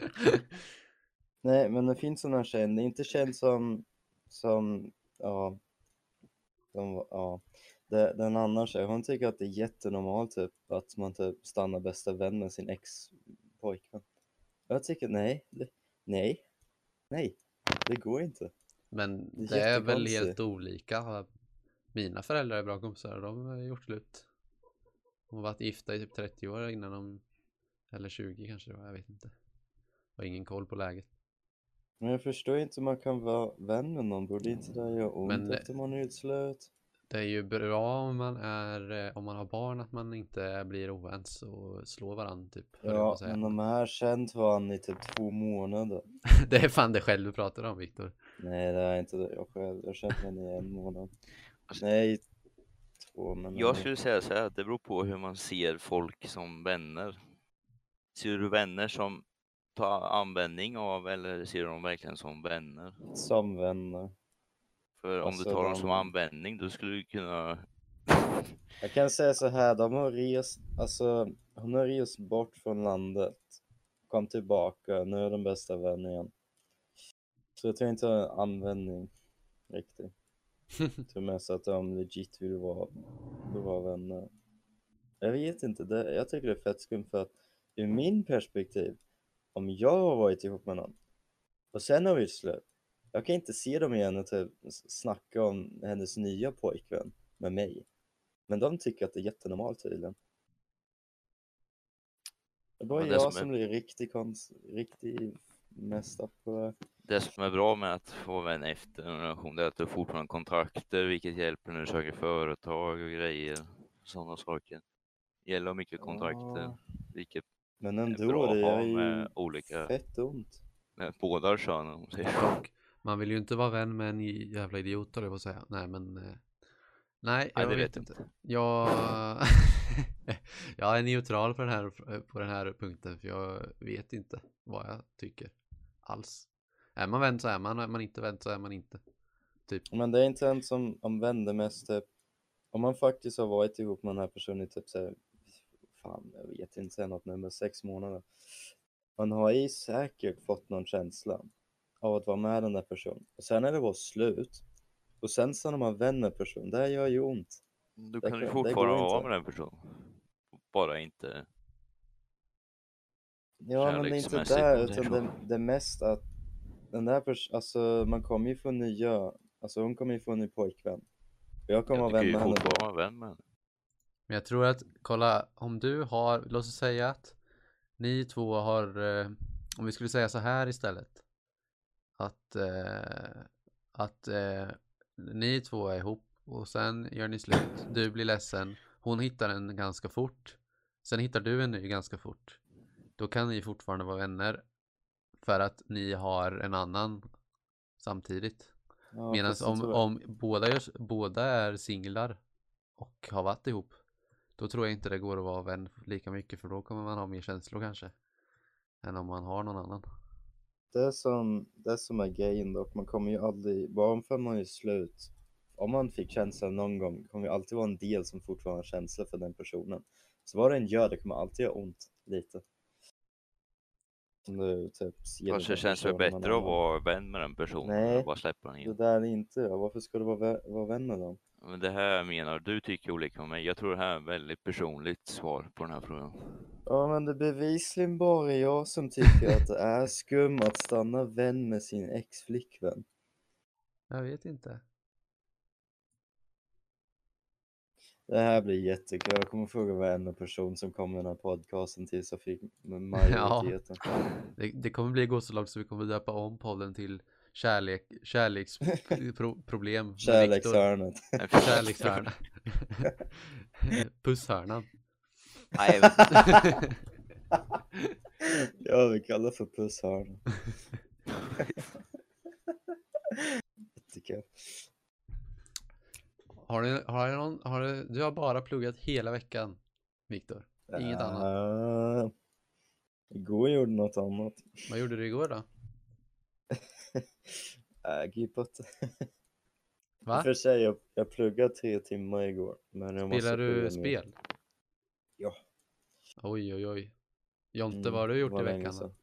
Nej men det finns sådana tjejer, det är inte känt som, som, ja, som, ja. Det, det är en annan tjej, hon tycker att det är jättenormalt typ att man typ stannar bästa vän med sin ex-pojkvän. Jag tycker nej, det, nej, nej, det går inte. Men Det är det är väl jättekonstigt. helt olika. Mina föräldrar är bra kompisar, de har gjort slut. De har varit gifta i typ trettio år innan de, eller tjugo kanske det var, jag vet inte. Jag har ingen koll på läget. Men jag förstår inte hur man kan vara vän med någon, borde inte det göra ont Men det- efter man har gjort slut? Det är ju bra om man är, eh, om man har barn, att man inte blir ovänns och slår varandra typ. höll jag på Ja, att säga. men de här känt varandra i typ två månader. Det är fan det själv du pratar om, Viktor. Nej, det är inte det. Jag själv, jag har känt henne i en månad. Alltså- Nej, på. Men Jag skulle säga så här, att det beror på hur man ser folk som vänner. Ser du vänner som tar användning av, eller ser du dem verkligen som vänner? som vänner. För om Alltså, du tar dem de- som användning, då skulle du kunna... Jag kan säga så här, de har rest, alltså hon har rest bort från landet, kom tillbaka, nu är de bästa vänner igen. Så jag tror inte jag har användning riktigt. Jag tror mest att de legit vill vara, vill vara vänner. Jag vet inte, det, jag tycker det är fett skumt för att ur min perspektiv, om jag har varit ihop med någon och sen har vi slut, jag kan inte se dem igen och typ snacka om hennes nya pojkvän med mig. Men de tycker att det är jättenormalt tydligen. Det är bara Men det jag som som är- blir riktigt konst, riktigt messed up på det. Det som är bra med att få vänner efter en relation, det är att du fortfarande har kontakter, vilket hjälper när du söker företag och grejer. Sådana saker. Det gäller mycket kontakter, Ja. vilket Men är ändå, bra det att ha är ju med olika, fett ont. med båda könen om man säger så. Och man vill ju inte vara vän med en jävla idiot, eller vad säga. Nej, men... eh, Nej, jag Nej, det vet vet jag inte. inte. Jag... jag är neutral på den, här, på den här punkten, för jag vet inte vad jag tycker alls. Är man vän så är man, är man inte vän så är man inte. Typ. Men det är inte ens som om vänner mest typ, om man faktiskt har varit ihop med den här personen i typ så här, fan jag vet inte säga något nu, men sex månader. Man har ju säkert fått någon känsla av att vara med den där personen. Och sen är det bara slut. Och sen så när man vänner personen, det här gör ju ont. Du Det kan kan- ju det fortfarande går vara inte. med den personen. Bara inte... Ja, men det är inte Kärleksmässigt, där, om man säger utan så. det, det är mest att den där personen, alltså man kommer ju få nya, alltså hon kommer ju få en ny pojkvän. Och jag kommer Ja, vara du kan vän ju med henne. fortfarande vara vän med henne. Men jag tror att, kolla, om du har, låt oss säga att ni två har, eh, om vi skulle säga så här istället. Att, eh, att eh, ni två är ihop och sen gör ni slut. Du blir ledsen, hon hittar en ganska fort. Sen hittar du en ny ganska fort. Då kan ni fortfarande vara vänner. För att ni har en annan samtidigt. Ja, Medan fast det om, tror jag- om båda, gör, båda är singlar och har varit ihop, då tror jag inte det går att vara vän lika mycket, för då kommer man ha mer känslor kanske än om man har någon annan. Det är som, det är som är grejen dock, man kommer ju aldrig, bara för man är slut, om man fick känslan någon gång, kommer ju alltid vara en del som fortfarande har känsla för den personen. Så vad den gör, det kommer alltid göra ont lite. Om du typ ger Fast den det känns väl personen någon bättre att annan. vara vän med den personen Nej. och bara släppa den Det igen. där är inte jag, varför ska du vara, vä- vara vän med dem? Men det här menar du tycker olika med mig. Jag tror det här är ett väldigt personligt svar på den här frågan. Ja, men det är bevisligen bara jag som tycker att det är skum att stanna vän med sin ex-flickvän. Jag vet inte. Det här blir jättekul. Jag kommer fråga varenda person som kommer i den här podcasten tills jag fick med majoriteten. Det, det kommer bli gå så långt så vi kommer döpa om podden till kärlek, kärleksproblem med Viktor. Kärlekshörnet. Kärlekshörna. Pusshörnan. Nej, men- Ja, vi kallar för pusshörnet. Jättekul. Har du, har du, någon, har du, du har bara pluggat hela veckan, Viktor. Inget annat. Uh, igår gjorde något annat. Vad gjorde du igår då? Äh, gippat. Va? För sig, jag, jag pluggade tre timmar igår. Men jag måste Spelar plugga du mer. spel? Ja. Oj, oj, oj. Jonte, Mm, vad har du gjort var i länge veckan då? sedan.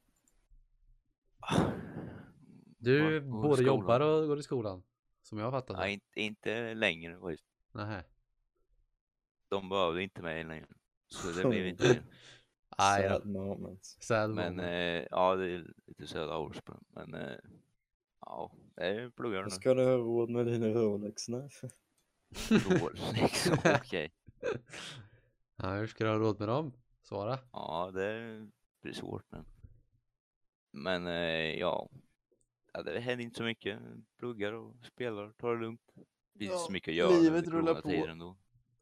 Du Var på både skolan. jobbar och går i skolan, som jag har fattat Nej, det. inte, inte längre. faktiskt. Nähä. De behövde inte mig längre. Så det blev inte det. Aj då. Sad moments. Sad Men moment. eh, ja, det är lite södra årsbrunn. Men eh, ja, det är pluggar nu. Ska du ha råd med dina Rolex nu? Rolex, okej. Ja, hur ska du ha råd med dem? Svara. Ja, det blir svårt men. Men eh, ja. ja, det händer inte så mycket. Pluggar och spelar, tar det lugnt. Det finns Ja, så mycket att göra livet under rullar på. coronatiden ändå.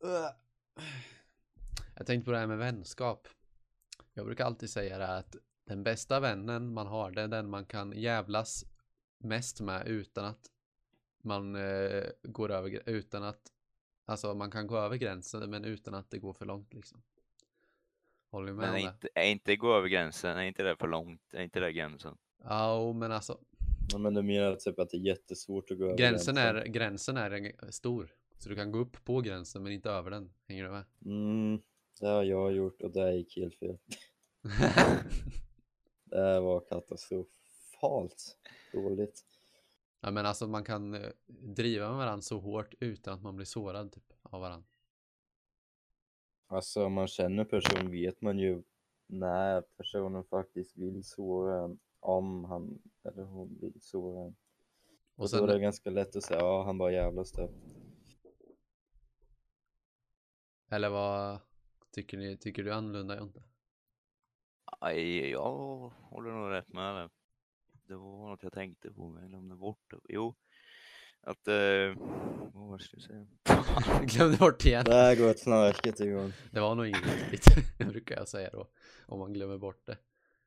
Jag tänkte på det här med vänskap. Jag brukar alltid säga det här att den bästa vännen man har, det är den man kan jävlas mest med utan att man eh, går över, utan att alltså man kan gå över gränsen men utan att det går för långt liksom. Håller du med Men om är det? inte, är inte gå över gränsen, är inte det för långt, är inte det gränsen? Ja, men alltså Ja, men du menar typ att det är jättesvårt att gå över gränsen är, gränsen är en- stor. Så du kan gå upp på gränsen men inte över den. Hänger du med? Mm, det har jag gjort och det gick helt fel. Det var katastrofalt dåligt. Ja, men alltså man kan eh, driva med varandra så hårt utan att man blir sårad typ av varandra. Alltså om man känner person vet man ju när personen faktiskt vill såra en, om han eller hon vill såra en. Och, Och då är det sen, ganska lätt att säga, ja han bara jävla stöp. eller vad tycker ni, tycker du annorlunda, Jonte? Aj, jag håller nog rätt med det. Det var något jag tänkte på, men jag glömde bort det. Jo, att... Eh, vad var det jag skulle säga? Glömde bort igen. Det här går ett snarket igång. Det var nog inget viktigt, det brukar jag säga då. Om man glömmer bort det.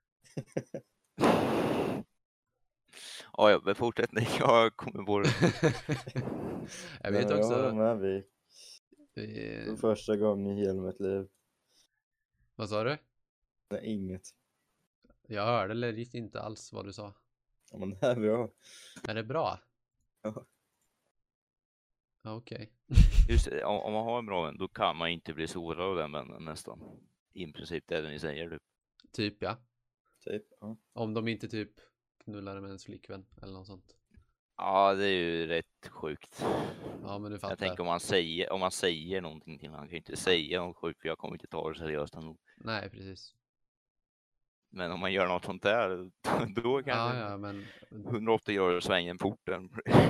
Ja, ja, men fortsätt ni. Jag kommer på det. Jag vet Men också... Jag håller med vi. vi- För första gången i hela mitt liv. Vad sa du? Nej, inget. Jag hörde legit inte alls vad du sa. Ja, men det här är bra. Är det bra? Ja. Ja, okej. Just det, om, om man har en bra vän, då kan man inte bli sårad av den vännen nästan. I princip det är det ni säger. Typ. Typ ja. Typ, ja. Om de inte typ knullar med ens flickvän eller något sånt. Ja, det är ju rätt sjukt. Ja, men du Jag fattar. tänker om man säger, om man säger någonting till honom, han kan ju inte säga något sjukt för jag kommer inte ta det seriöst ändå. Nej, precis. Men om man gör något sånt där, då kan Ja, det ja, men... hundraåttio grader svängen porten.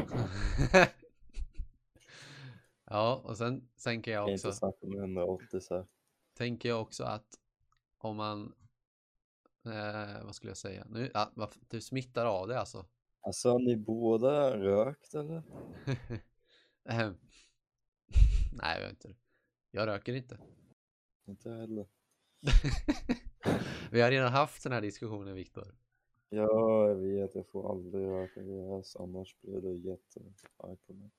Ja, och sen tänker jag Jag kan också... inte snacka om hundraåttio så här. Tänker jag också att om man... Eh, vad skulle jag säga? Nu, ja, vad- du smittar av det alltså. Alltså har ni båda rökt eller? Ehm. Nej, jag vet inte. Jag röker inte. Inte heller. Vi har redan haft den här diskussionen, Viktor. Ja, jag vet. Jag får aldrig röka gräs. Annars blir det jättearg på mig.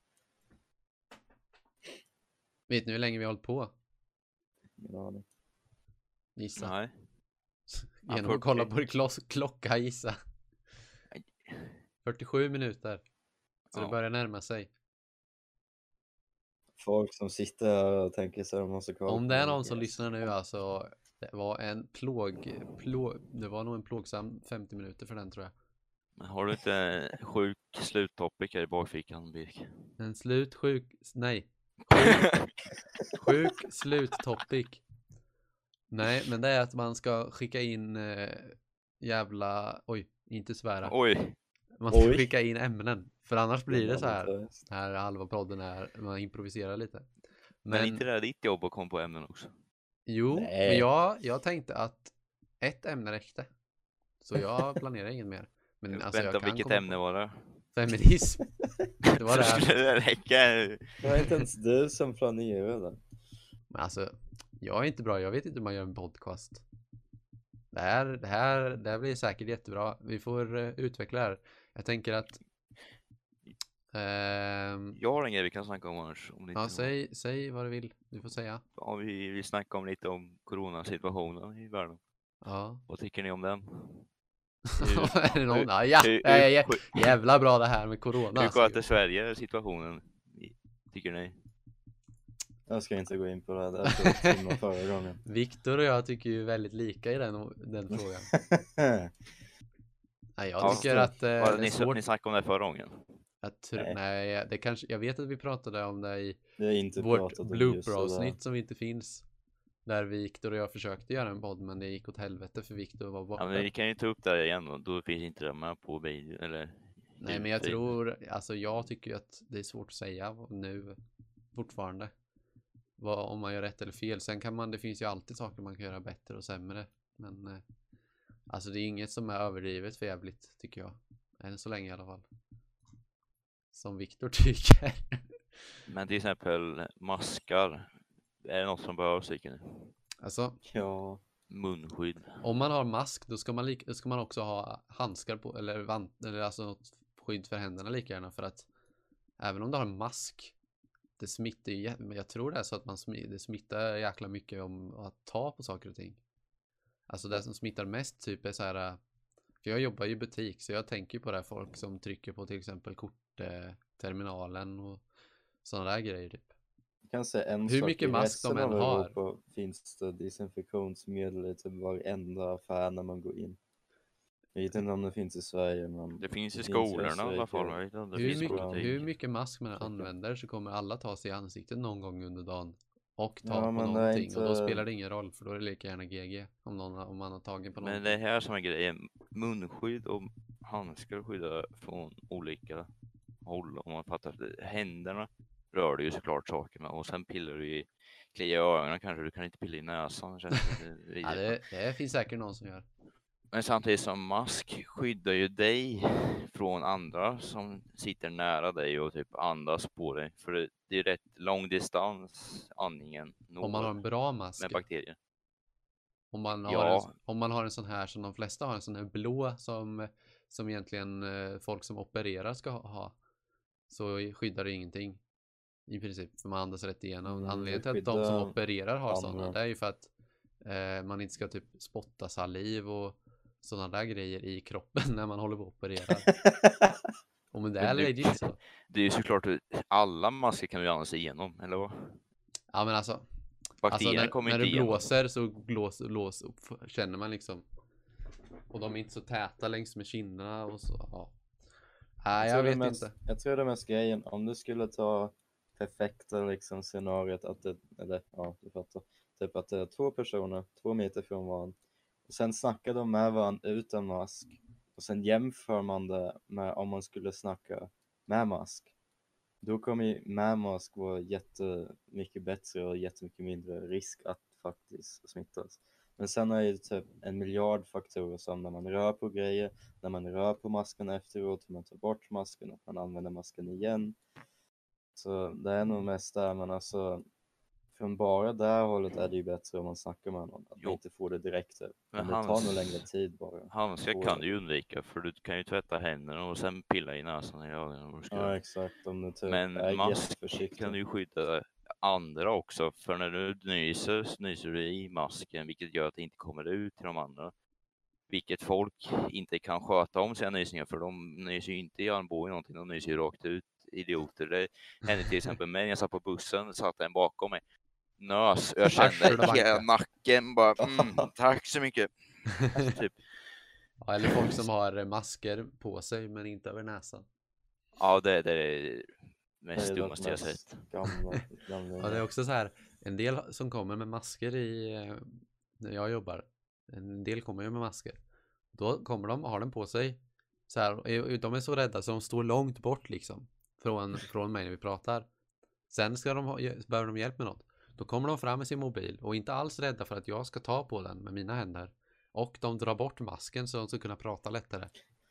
Vet ni hur länge vi har hållit på? Ingen aning. Gissa. Nej. Genom Ja, att kolla fyrtio. på det klock- klocka, gissa. fyrtiosju minuter. Så det Ja. börjar närma sig. Folk som sitter här och tänker sig att de måste kolla. Om på det är mig. någon som lyssnar nu alltså. Det var en plåg, plåg. Det var nog en plågsam femtio minuter för den tror jag. Men har du inte en sjuk sluttopic här i bakfickan, Birk? En slut sjuk, nej. Sjuk sluttopic. Nej, men det är att man ska skicka in eh, jävla, oj, inte svära. Oj, Man ska Oj. skicka in ämnen. För annars blir det så här. här. Här halva podden är, man improviserar lite. men, Men, inte det är ditt jobb att komma på ämnen också. jo, Nej. men jag, jag tänkte att ett ämne räckte. Så jag planerar inget mer. Men alltså Vänta, jag kan vilket komma ämne på. var det? Feminism. Det var det här. Skulle det räcka? Det var inte ens du som planerade. Men alltså, jag är inte bra. Jag vet inte hur man gör en podcast. Det här, det här, det här blir säkert jättebra. Vi får uh, utveckla det här. Jag tänker att... ehm, Jag har en grej vi kan snacka om annars. Om det inte ja, var- säg, säg vad du vill. Du får säga. Ja, vi, vi snackar om lite om coronasituationen i världen. Ja. Vad tycker ni om den? Är det någon? hur- Ja, ja. hur- ja, ja, ja. hur- Jävla bra det här med corona. Hur alltså. sköter Sverige situationen? Tycker ni? Jag ska inte gå in på det här. Det här tog timmar förra gången. Viktor och jag tycker ju väldigt lika i den, den frågan. Nej, jag Ja, tycker så- att eh, det Var är ni, svårt. ni snackade om det förra gången? Jag, tr- Nej. nej, det kanske, jag vet att vi pratade om det i Vi har inte vårt pratat om just blooper-avsnitt som inte finns. Där Viktor och jag försökte göra en podd men det gick åt helvete för Viktor var borta. Ja, men vi kan ju ta upp det igen och då finns inte det med på video eller... Nej, men jag ljudfil. tror, alltså jag tycker ju att det är svårt att säga nu fortfarande. Vad, om man gör rätt eller fel. Sen kan man, det finns ju alltid saker man kan göra bättre och sämre. Men eh, alltså det är inget som är överdrivet för jävligt tycker jag. Än så länge i alla fall. Som Viktor tycker. Men till exempel maskar. Är det något som behövs, tycker ni? Alltså, Ja. Munskydd. om man har mask då ska man, lik, då ska man också ha handskar på eller, vant, eller alltså något skydd för händerna lika gärna för att även om du har en mask det smittar ju, jä- men jag tror det är så att man smi- det smittar jäkla mycket om att ta på saker och ting. Alltså det som smittar mest typ är så här, äh, för jag jobbar ju i butik så jag tänker ju på det här, folk som trycker på till exempel kortterminalen och sådana där grejer typ. Jag kan säga en Hur sak, mycket i mask de resten än av har. Europa finns det desinfektionsmedel i typ varenda affär när man går in. Jag vet inte om det finns i Sverige, men Det finns i finns skolorna i Österrike. alla fall. Jag vet inte om det Hur finns mycket, på hur butik. mycket mask man än Ursäkta. använder så kommer alla ta sig i ansiktet någon gång under dagen och ta Ja, på men det är någonting och då inte- spelar det ingen roll för då är det lika gärna G G om, någon, om man har tagit på Men någonting. det är här som är grejen. Munskydd och handskar skyddar från olika håll. Om man fattar det. Händerna rör du ju såklart saker med. Och sen pillar du i, kliar i ögonen kanske. Du kan inte pilla i näsan. Känns det Ja, det, det finns säkert någon som gör. Men samtidigt som mask skyddar ju dig från andra som sitter nära dig och typ andas på dig. För det, det är rätt lång distans andningen når Om man har en bra mask. med bakterier. Om man, har Ja. en, om man har en sån här som de flesta har, en sån här blå som, som egentligen eh, folk som opererar ska ha, ha, så skyddar det ingenting i princip, för man andas rätt igenom. Mm, Anledningen det till att de som skyddar opererar har andra. sådana, det är ju för att eh, man inte ska typ spotta saliv och sådana där grejer i kroppen när man håller på att operera. Och men det är Men du- legit så. Det är ju såklart att alla masker kan du andas igenom, eller vad? Ja men alltså, alltså Bakterierna när, kommer när inte det igenom. blåser så blås, blås, känner man liksom. Och de är inte så täta längs med kinderna och så, ja. Nej, jag, tror det vet mest, inte. Jag tror det är mest grejen, om du skulle ta perfekta liksom scenariot att det, eller ja, du fattar. Typ att det är två personer, två meter från varandra. Och sen snackar de med varandra utan mask. Och sen jämför man det med om man skulle snacka med mask. Då kommer ju med mask vara jättemycket bättre och jättemycket mindre risk att faktiskt smittas. Men sen är det typ en miljard faktorer som när man rör på grejer, när man rör på masken efteråt, när man tar bort masken och man använder masken igen. Så det är nog mest där, men alltså från bara det här hållet är det ju bättre om man snackar med någon. Att Jo. man inte får det direkt. Men, Men det tar hans- nog längre tid bara. Handskar Får kan det. du ju undvika, för du kan ju tvätta händerna och sen pilla i näsan i ögonen. vad du ska Ja göra. exakt, om du typ Men är mask jätteförsiktig. kan du ju skydda andra också, för när du nyser så nyser du i masken, vilket gör att det inte kommer ut till de andra. Vilket folk inte kan sköta om sina nysningar, för de nyser ju inte i armbågen någonting, de nyser ju rakt ut, idioter. Det hände till exempel mig när jag satt på bussen, satt en bakom mig, nös, och jag Arslet kände och hela banka. nacken bara, mm, tack så mycket. Typ. Ja, eller folk som har masker på sig men inte över näsan. Ja, det, det är det Det är mest det dummaste jag mest sett. Gamla, gamla. Ja, det är också så här, en del som kommer med masker i, eh, när jag jobbar, en del kommer ju med masker. Då kommer de och har den på sig så här, och de är så rädda så de står långt bort liksom från, från mig när vi pratar. Sen ska de ha, behöver de hjälp med något. Då kommer de fram med sin mobil och inte alls rädda för att jag ska ta på den med mina händer. Och de drar bort masken så de ska kunna prata lättare.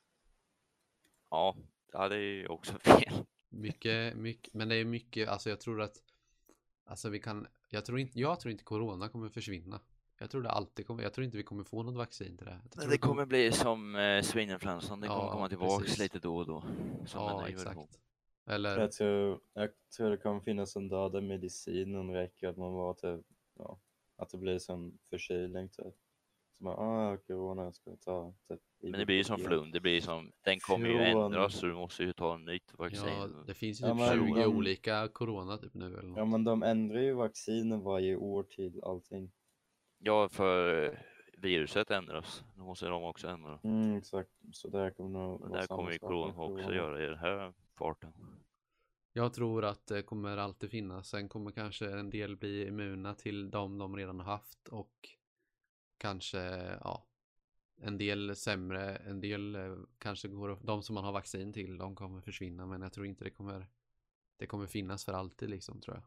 Ja, ja, det är ju också fel. Mycket, mycket, men det är mycket, alltså jag tror att, alltså vi kan, jag tror inte, jag tror inte corona kommer försvinna. Jag tror det alltid kommer, jag tror inte vi kommer få något vaccin till det. Jag tror Men det kommer bli som eh, svininfluensan, det kommer Ja, komma tillbaka precis. lite då och då. Som en Ja, ny version. exakt. Eller, Jag tror, jag tror det kommer finnas en dag där medicinen räcker, att man var typ, ja, att det blir som förkylning typ. Så man, ah, corona, jag ska ta typ. Men det blir ju som flum, det blir som, den kommer ju Från- ändras så du måste ju ta en nytt vaccin. ja, det finns ju Ja, typ men tjugo de- olika corona typ nu eller något. Ja men de ändrar ju vaccinen varje år till allting. Ja, för eh, viruset ändras. Då måste de också ändra. Mm, exakt. Så där kommer nog Och vara där samma kommer ju sak corona med också göra i den här farten. Jag tror att det kommer alltid finnas. Sen kommer kanske en del bli immuna till de de redan har haft och kanske, ja, en del sämre, en del eh, kanske går, de som man har vaccin till, de kommer försvinna, men jag tror inte det kommer, det kommer finnas för alltid liksom, tror jag.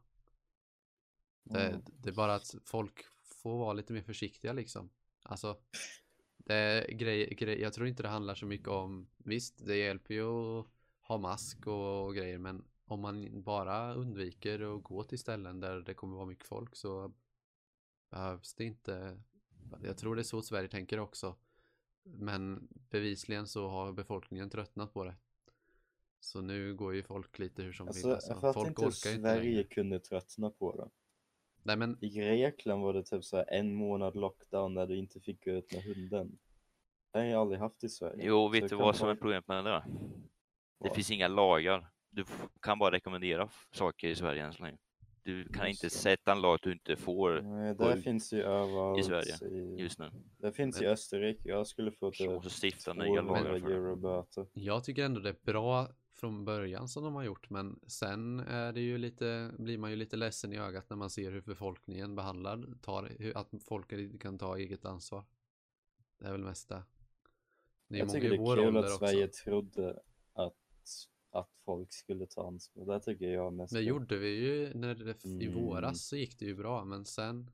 Det, Mm. det är bara att folk får vara lite mer försiktiga liksom. Alltså, det är grej, grej, jag tror inte det handlar så mycket om, visst, det hjälper ju att ha mask och, och grejer, men om man bara undviker att gå till ställen där det kommer vara mycket folk så behövs det inte. Jag tror det är så Sverige tänker också. Men bevisligen så har befolkningen tröttnat på det. Så nu går ju folk lite hur som Alltså, vill. Alltså, jag fattar folk inte hur orkar ju inte Sverige längre. kunde tröttna på det. Nej men, I Grekland var det typ så här en månad lockdown där du inte fick gå ut med hunden. Det har jag aldrig haft i Sverige. Jo, Så vet du kan vad som är folk- problemet med det? Det Vad? finns inga lagar. Du f- kan bara rekommendera f- saker i Sverige än så länge. Du kan Just inte det. sätta en lag att du inte får Nej, gå det ut finns ju överallt. i Sverige i- just nu. Det finns i Men- Österrike. Jag skulle få Så typ måste stifta nya lagar tvåhundra för det. euro böter. jag tycker ändå det är bra från början som de har gjort. Men sen är det ju lite, blir man ju lite ledsen i ögat när man ser hur befolkningen behandlar, tar, hur, att folk inte kan ta eget ansvar. Det är väl mest det. Det är Jag många tycker i det är vår kul ålder att också. Sverige trodde att, att folk skulle ta ansvar. Det tycker jag mest. Det kul. gjorde vi ju när det, i Mm. våras så gick det ju bra, men sen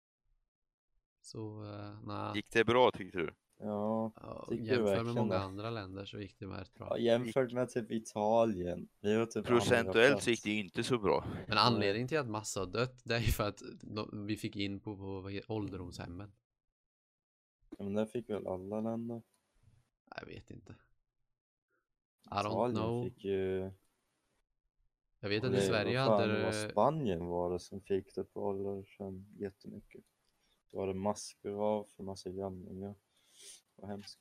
så, uh, nej. Gick det bra tyckte du? Ja, Ja, tycker du jämför med verkligen många det? andra länder så gick det med rätt bra. Ja, jämfört med typ Italien. Vi var typ andra Procentuellt plats. så gick det ju inte så bra. Men anledningen till att massa har dött, det är ju för att de, vi fick in på, på vad heter- ålderdomshemmen. Ja, men det fick väl alla länder. Jag vet inte. I don't Italien know. fick ju... Jag vet att Eller i Sverige vad fan, hade det var det... Spanien var det som fick det på ålderdomshem jättemycket. Då var det masker av för massa gamlingar. Vad hemskt.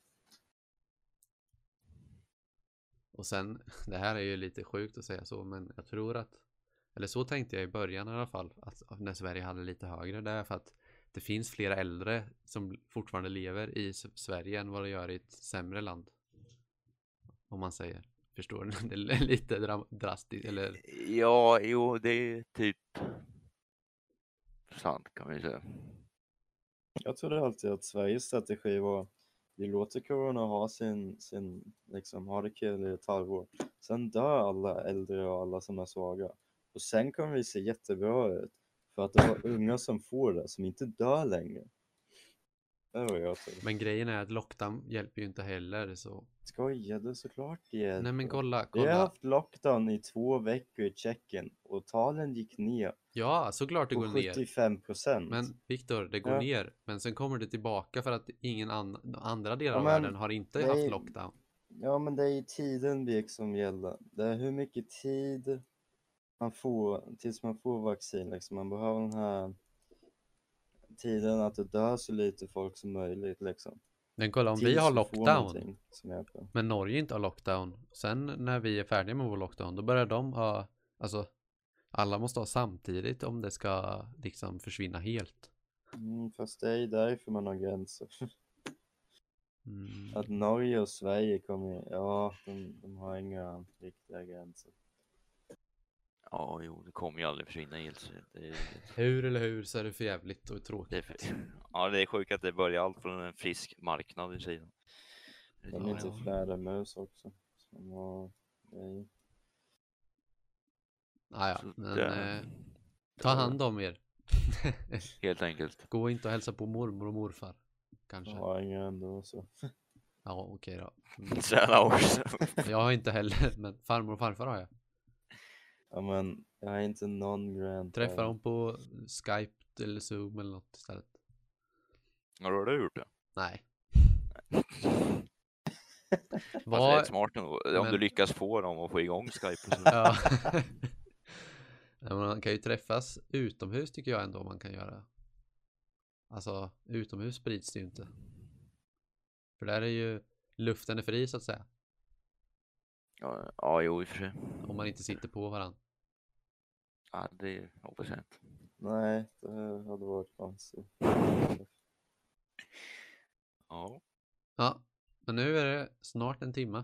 Och sen, det här är ju lite sjukt att säga så, men jag tror att, eller så tänkte jag i början i alla fall, att när Sverige hade lite högre, det är för att det finns flera äldre som fortfarande lever i S- Sverige än vad det gör i ett sämre land. Om man säger. Förstår ni? Det är lite dra- drastiskt, eller Ja, jo, det är typ sant kan vi säga. Jag trodde alltid att Sveriges strategi var vi låter corona ha sin, sin liksom, ha det kul i ett halvår. Sen dör alla äldre och alla som är svaga. Och sen kommer vi se jättebra ut. För att det var unga som får det, som inte dör längre. Det var jag trodde. men grejen är att lockdown hjälper ju inte heller så. Skojar du? Såklart det hjälper. Nej men kolla, Vi har kolla. haft lockdown i två veckor i Tjeckien och talen gick ner Ja, såklart det på går ner. sjuttiofem procent. Men Viktor, det går Ja. ner. Men sen kommer det tillbaka för att ingen an- andra delar Ja, av men världen har inte det är- haft lockdown. Ja, men det är ju tiden vi som gäller. Det är hur mycket tid man får tills man får vaccin. Liksom. Man behöver den här tiden att det dör så lite folk som möjligt. Liksom. Men kolla, om vi Tills har får lockdown, någonting som hjälper. men Norge inte har lockdown. Sen när vi är färdiga med vår lockdown, då börjar de ha, alltså, alla måste ha samtidigt om det ska liksom försvinna helt. Mm, fast det är därför man har gränser. Mm. Att Norge och Sverige kommer, ja, de, de har inga riktiga gränser. Ja, jo, det kommer ju aldrig försvinna helt. Så det, är, Hur eller hur så är det för jävligt och tråkigt. det är för, ja, det är sjukt att det börjar allt från en frisk marknad i sidan. De är Ja, inte ja. flädermöss också. Som har grejer. Ah, ja, Så men det- eh, ta hand om er. Helt enkelt. Gå inte och hälsa på mormor och morfar. Kanske. Jag Ja, har inga ändå så. okej då. Mm. Så alla år sedan. Jag har inte heller, men farmor och farfar har jag. Ja, men jag har inte någon grand. Träffa dem på Skype eller Zoom eller något istället. Har du gjort det? Nej. Fast det är Vad... rätt smart ändå. Om men- du lyckas få dem att få igång Skype och så. Ja. Nej, men man kan ju träffas utomhus tycker jag ändå man kan göra. Alltså utomhus sprids det ju inte. För där är ju luften är fri så att säga. Ja, ja, jo i och för sig. Om man inte sitter på varandra. Ja, det hoppas jag inte. Nej, det hade varit konstigt. Ja, Ja, men nu är det snart en timme.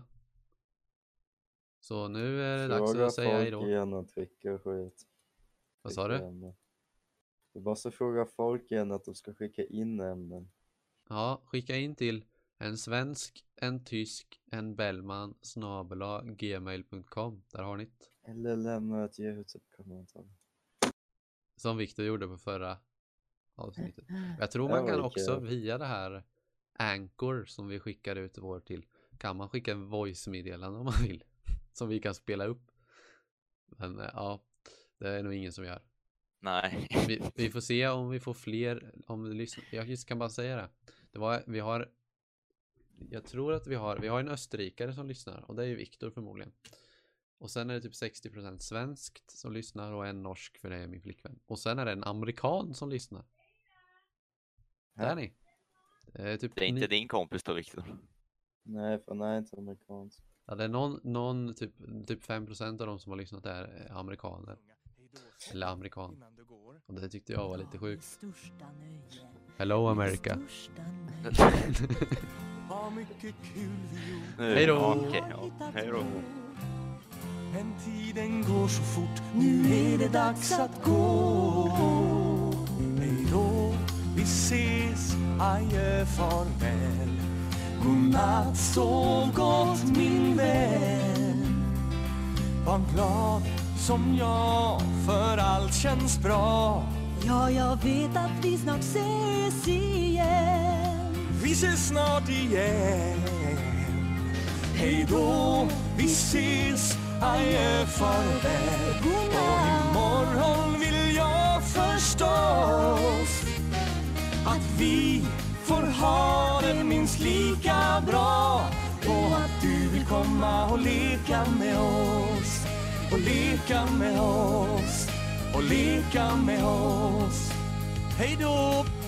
Så nu är det dags Fråga att säga folk hejdå. igen och trycka och skit. Vad sa Skicka du? ämnen. Du måste fråga folk igen att de ska skicka in ämnen. Ja, skicka in till en svensk, en tysk, en Bellman snabel-a gmail punkt com. Där har ni det. Eller lämna ett YouTube-kommentar. Som Viktor gjorde på förra avsnittet. Jag tror Det man var kan ju också kul. via det här Anchor som vi skickar ut vår till. Kan man skicka en voice-meddelande om man vill. Som vi kan spela upp. Men eh, ja, det är nog ingen som gör. nej. Vi, vi får se om vi får fler om vi lyssnar. Jag just kan bara säga det. Det var, vi har jag tror att vi har vi har en österrikare som lyssnar och det är ju Viktor förmodligen. Och sen är det typ sextio procent svenskt som lyssnar och en norsk, för det är min flickvän. Och sen är det en amerikan som lyssnar. Ja. Där är ni. Det är, typ Det är inte ni... din kompis då, Viktor. Nej, för nej, inte amerikansk. Ja, det är någon, någon typ, typ fem procent av de som har lyssnat där är amerikaner. Eller amerikan. Och det tyckte jag var lite sjukt. Hello America. Vad mycket kul vi gjort. Nu- Hej då. Ja, okej, ja. Hej då. Men tiden går så fort. Nu är det dags att gå. Hej då, vi ses. Adjö, farväl. Godnatt, sov gott min vän. Var glad som jag, för allt känns bra. Ja, jag vet att vi snart ses igen. Vi ses snart igen. Hej då, vi ses. Adjö, farväl. Och imorgon vill jag förstås att vi får ha det minst lika bra. Och att du vill komma och leka med oss. Och leka med oss. Och leka med oss. Hej då.